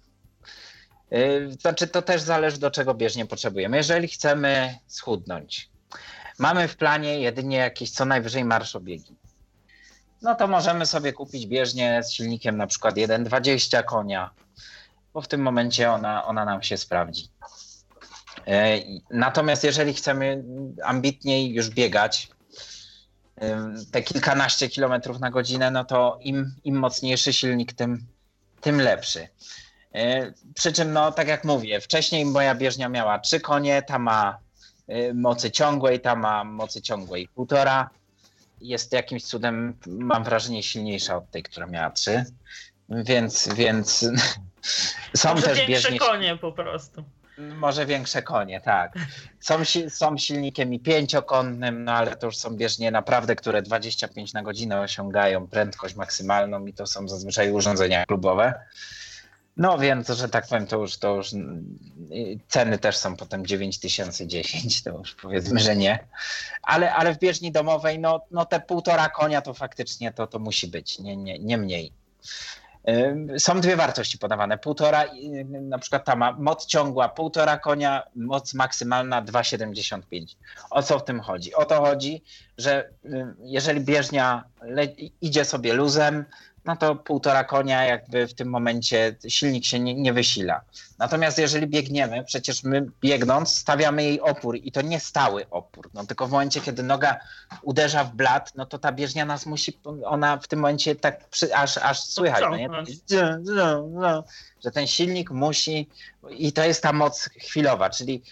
Speaker 3: Yy, znaczy to też zależy, do czego bieżnię potrzebujemy. Jeżeli chcemy schudnąć, mamy w planie jedynie jakieś co najwyżej marszobiegi, no to możemy sobie kupić bieżnię z silnikiem na przykład jeden przecinek dwadzieścia konia, bo w tym momencie ona, ona nam się sprawdzi. Yy, natomiast jeżeli chcemy ambitniej już biegać, yy, te kilkanaście kilometrów na godzinę, no to im, im mocniejszy silnik, tym, tym lepszy. Przy czym, no tak jak mówię, wcześniej moja bieżnia miała trzy konie, ta ma mocy ciągłej, ta ma mocy ciągłej półtora. Jest jakimś cudem, mam wrażenie, silniejsza od tej, która miała trzy. Więc, więc są
Speaker 2: może
Speaker 3: też
Speaker 2: większe
Speaker 3: bieżnie...
Speaker 2: konie po prostu.
Speaker 3: Może większe konie, tak. Są, są silnikiem i pięciokątnym, no ale to już są bieżnie naprawdę, które dwadzieścia pięć na godzinę osiągają prędkość maksymalną i to są zazwyczaj urządzenia klubowe. No więc, że tak powiem, to już, to już ceny też są potem dziewięć tysięcy, dziesięć, to już powiedzmy, że nie. Ale, ale w bieżni domowej, no, no te półtora konia to faktycznie to, to musi być, nie, nie, nie mniej. Są dwie wartości podawane, półtora, na przykład ta ma moc ciągła półtora konia, moc maksymalna dwa przecinek siedemdziesiąt pięć. O co w tym chodzi? O to chodzi, że jeżeli bieżnia le- idzie sobie luzem, no to półtora konia jakby w tym momencie silnik się nie, nie wysila. Natomiast jeżeli biegniemy, przecież my biegnąc stawiamy jej opór i to nie stały opór, no tylko w momencie, kiedy noga uderza w blat, no to ta bieżnia nas musi, ona w tym momencie tak przy, aż, aż słychać, no nie? Że ten silnik musi i to jest ta moc chwilowa, czyli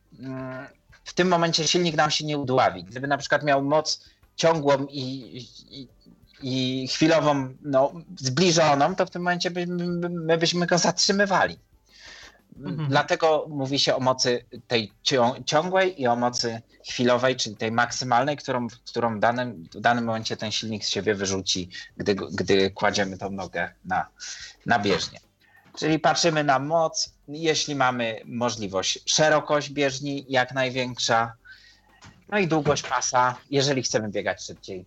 Speaker 3: w tym momencie silnik nam się nie udławi. Gdyby na przykład miał moc ciągłą i, i i chwilową, no, zbliżoną, to w tym momencie by, my byśmy go zatrzymywali. Mhm. Dlatego mówi się o mocy tej ciągłej i o mocy chwilowej, czyli tej maksymalnej, którą, którą w, danym, w danym momencie ten silnik z siebie wyrzuci, gdy, gdy kładziemy tą nogę na, na bieżnię. Czyli patrzymy na moc, jeśli mamy możliwość, szerokość bieżni jak największa, no i długość pasa, jeżeli chcemy biegać szybciej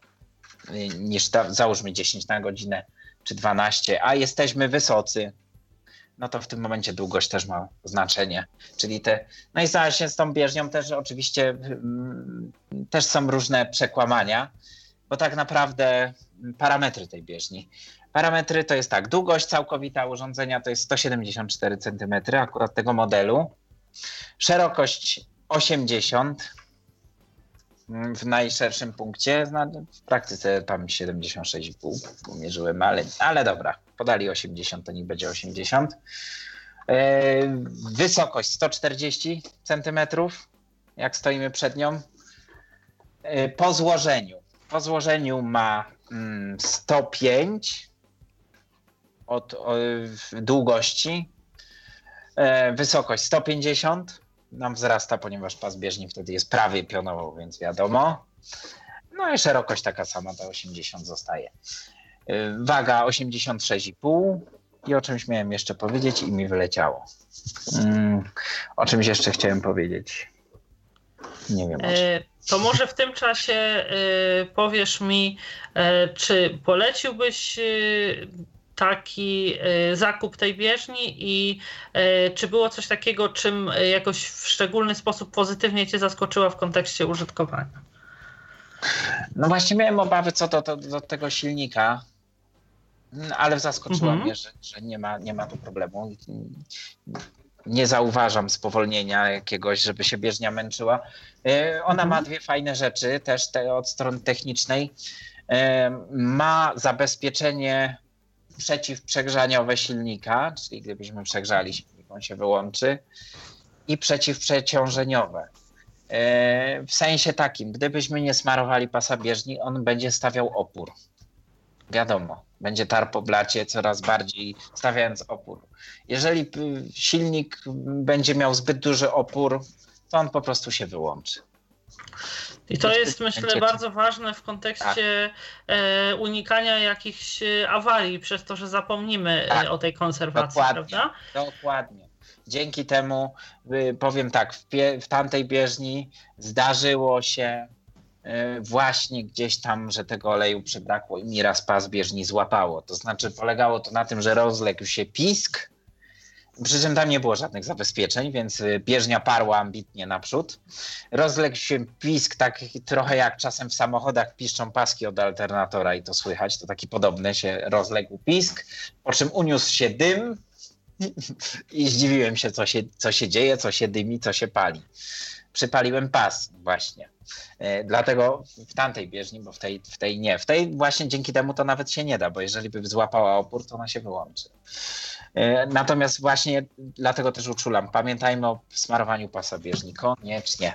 Speaker 3: niż ta, załóżmy dziesięć na godzinę czy dwanaście, a jesteśmy wysocy, no to w tym momencie długość też ma znaczenie. Czyli te, no i właśnie z tą bieżnią też oczywiście mm, też są różne przekłamania, bo tak naprawdę parametry tej bieżni. Parametry to jest tak, długość całkowita urządzenia to jest sto siedemdziesiąt cztery centymetry, akurat tego modelu. Szerokość osiemdziesiąt w najszerszym punkcie, w praktyce tam siedemdziesiąt sześć i pół mierzyłem, ale, ale dobra, podali osiemdziesiąt, to niech będzie osiemdziesiąt. Wysokość sto czterdzieści centymetrów, jak stoimy przed nią. Po złożeniu, po złożeniu ma sto pięć od długości, wysokość sto pięćdziesiąt. Nam wzrasta, ponieważ pas bieżni wtedy jest prawie pionowo, więc wiadomo. No i szerokość taka sama, ta osiemdziesiąt zostaje. Waga osiemdziesiąt sześć i pół i o czymś miałem jeszcze powiedzieć i mi wyleciało. Hmm, o czymś jeszcze chciałem powiedzieć. Nie wiem.
Speaker 2: E, to może w tym czasie e, powiesz mi, e, czy poleciłbyś e, taki zakup tej bieżni i czy było coś takiego, czym jakoś w szczególny sposób pozytywnie cię zaskoczyła w kontekście użytkowania?
Speaker 3: No właśnie miałem obawy co do, do, do tego silnika, ale zaskoczyła
Speaker 2: mhm.
Speaker 3: mnie, że, że nie ma, nie ma tu problemu. Nie zauważam spowolnienia jakiegoś, żeby się bieżnia męczyła. Ona mhm. ma dwie fajne rzeczy też te, od strony technicznej. Ma zabezpieczenie przeciwprzegrzaniowe silnika, czyli gdybyśmy przegrzali silnik, on się wyłączy, i przeciwprzeciążeniowe. W sensie takim, gdybyśmy nie smarowali pasa bieżni, on będzie stawiał opór. Wiadomo, będzie tarł po blacie coraz bardziej stawiając opór. Jeżeli silnik będzie miał zbyt duży opór, to on po prostu się wyłączy.
Speaker 2: I to jest, myślę, bardzo ważne w kontekście tak. unikania jakichś awarii, przez to, że zapomnimy tak. o tej konserwacji,
Speaker 3: dokładnie,
Speaker 2: prawda?
Speaker 3: Dokładnie. Dzięki temu, powiem tak, w, pie, w tamtej bieżni zdarzyło się właśnie gdzieś tam, że tego oleju przybrakło i mi raz pas bieżni złapało. To znaczy polegało to na tym, że rozległ się pisk, przy czym tam nie było żadnych zabezpieczeń, więc bieżnia parła ambitnie naprzód. Rozległ się pisk, tak trochę jak czasem w samochodach piszczą paski od alternatora i to słychać, to taki podobny się rozległ pisk, po czym uniósł się dym i zdziwiłem się, co się, co się dzieje, co się dymi, co się pali. Przypaliłem pas właśnie. Dlatego w tamtej bieżni, bo w tej, w tej nie. W tej właśnie dzięki temu to nawet się nie da, bo jeżeli by złapała opór, to ona się wyłączy. Natomiast właśnie dlatego też uczulam. Pamiętajmy o smarowaniu pasa bieżni. Koniecznie.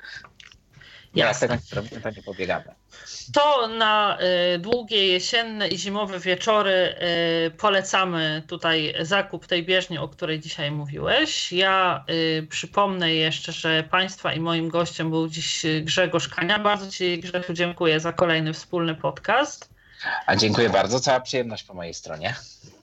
Speaker 2: Jasne.
Speaker 3: Ja tego nie, to nie pobiegamy.
Speaker 2: To na y, długie jesienne i zimowe wieczory y, polecamy tutaj zakup tej bieżni, o której dzisiaj mówiłeś. Ja y, przypomnę jeszcze, że Państwa i moim gościem był dziś Grzegorz Kania. Bardzo Ci, Grzesiu, dziękuję za kolejny wspólny podcast.
Speaker 3: A dziękuję bardzo. Cała przyjemność po mojej stronie.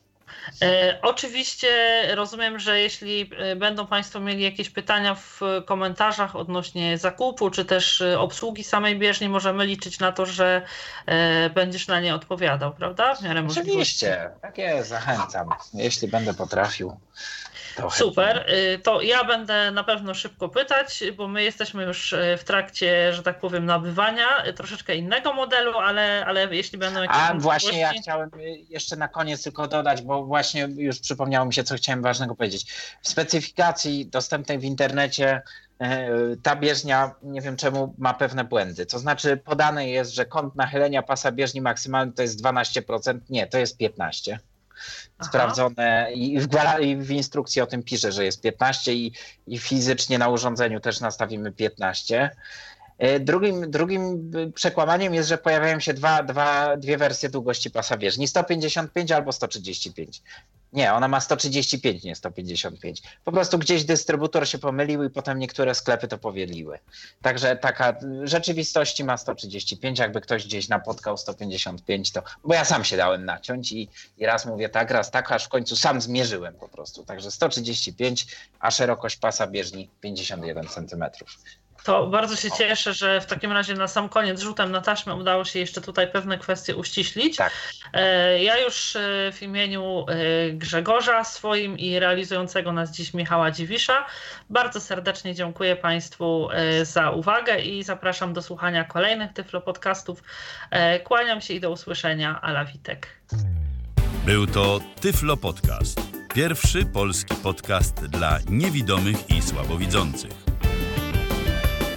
Speaker 2: E, oczywiście rozumiem, że jeśli będą Państwo mieli jakieś pytania w komentarzach odnośnie zakupu, czy też obsługi samej bieżni, możemy liczyć na to, że e, będziesz na nie odpowiadał, prawda? W miarę możliwości.
Speaker 3: Oczywiście, tak jest, zachęcam. Jeśli będę potrafił. To
Speaker 2: super, to ja będę na pewno szybko pytać, bo my jesteśmy już w trakcie, że tak powiem, nabywania troszeczkę innego modelu, ale, ale jeśli będą jakieś
Speaker 3: A właśnie ja chciałem jeszcze na koniec tylko dodać, bo właśnie już przypomniało mi się, co chciałem ważnego powiedzieć. W specyfikacji dostępnej w internecie ta bieżnia, nie wiem czemu, ma pewne błędy. To znaczy podane jest, że kąt nachylenia pasa bieżni maksymalny to jest dwanaście procent. Nie, to jest piętnaście procent. Sprawdzone i w, i w instrukcji o tym pisze, że jest piętnaście i, i fizycznie na urządzeniu też nastawimy piętnaście. Drugim, drugim przekłamaniem jest, że pojawiają się dwa, dwa, dwie wersje długości pasa bieżni, sto pięćdziesiąt pięć albo sto trzydzieści pięć. Nie, ona ma sto trzydzieści pięć, nie sto pięćdziesiąt pięć. Po prostu gdzieś dystrybutor się pomylił i potem niektóre sklepy to powieliły. Także taka w rzeczywistości ma sto trzydzieści pięć, jakby ktoś gdzieś napotkał sto pięćdziesiąt pięć, to bo ja sam się dałem naciąć i, i raz mówię tak, raz tak, aż w końcu sam zmierzyłem po prostu. Także sto trzydzieści pięć, a szerokość pasa bieżni pięćdziesiąt jeden centymetrów.
Speaker 2: To bardzo się cieszę, że w takim razie na sam koniec rzutem na taśmę udało się jeszcze tutaj pewne kwestie uściślić.
Speaker 3: Tak.
Speaker 2: Ja już w imieniu Grzegorza swoim i realizującego nas dziś Michała Dziwisza bardzo serdecznie dziękuję Państwu za uwagę i zapraszam do słuchania kolejnych Tyflo Podcastów. Kłaniam się i do usłyszenia. Ala Witek.
Speaker 1: Był to Tyflo Podcast. Pierwszy polski podcast dla niewidomych i słabowidzących.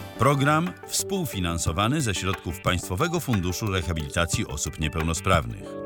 Speaker 1: Program współfinansowany ze środków Państwowego Funduszu Rehabilitacji Osób Niepełnosprawnych.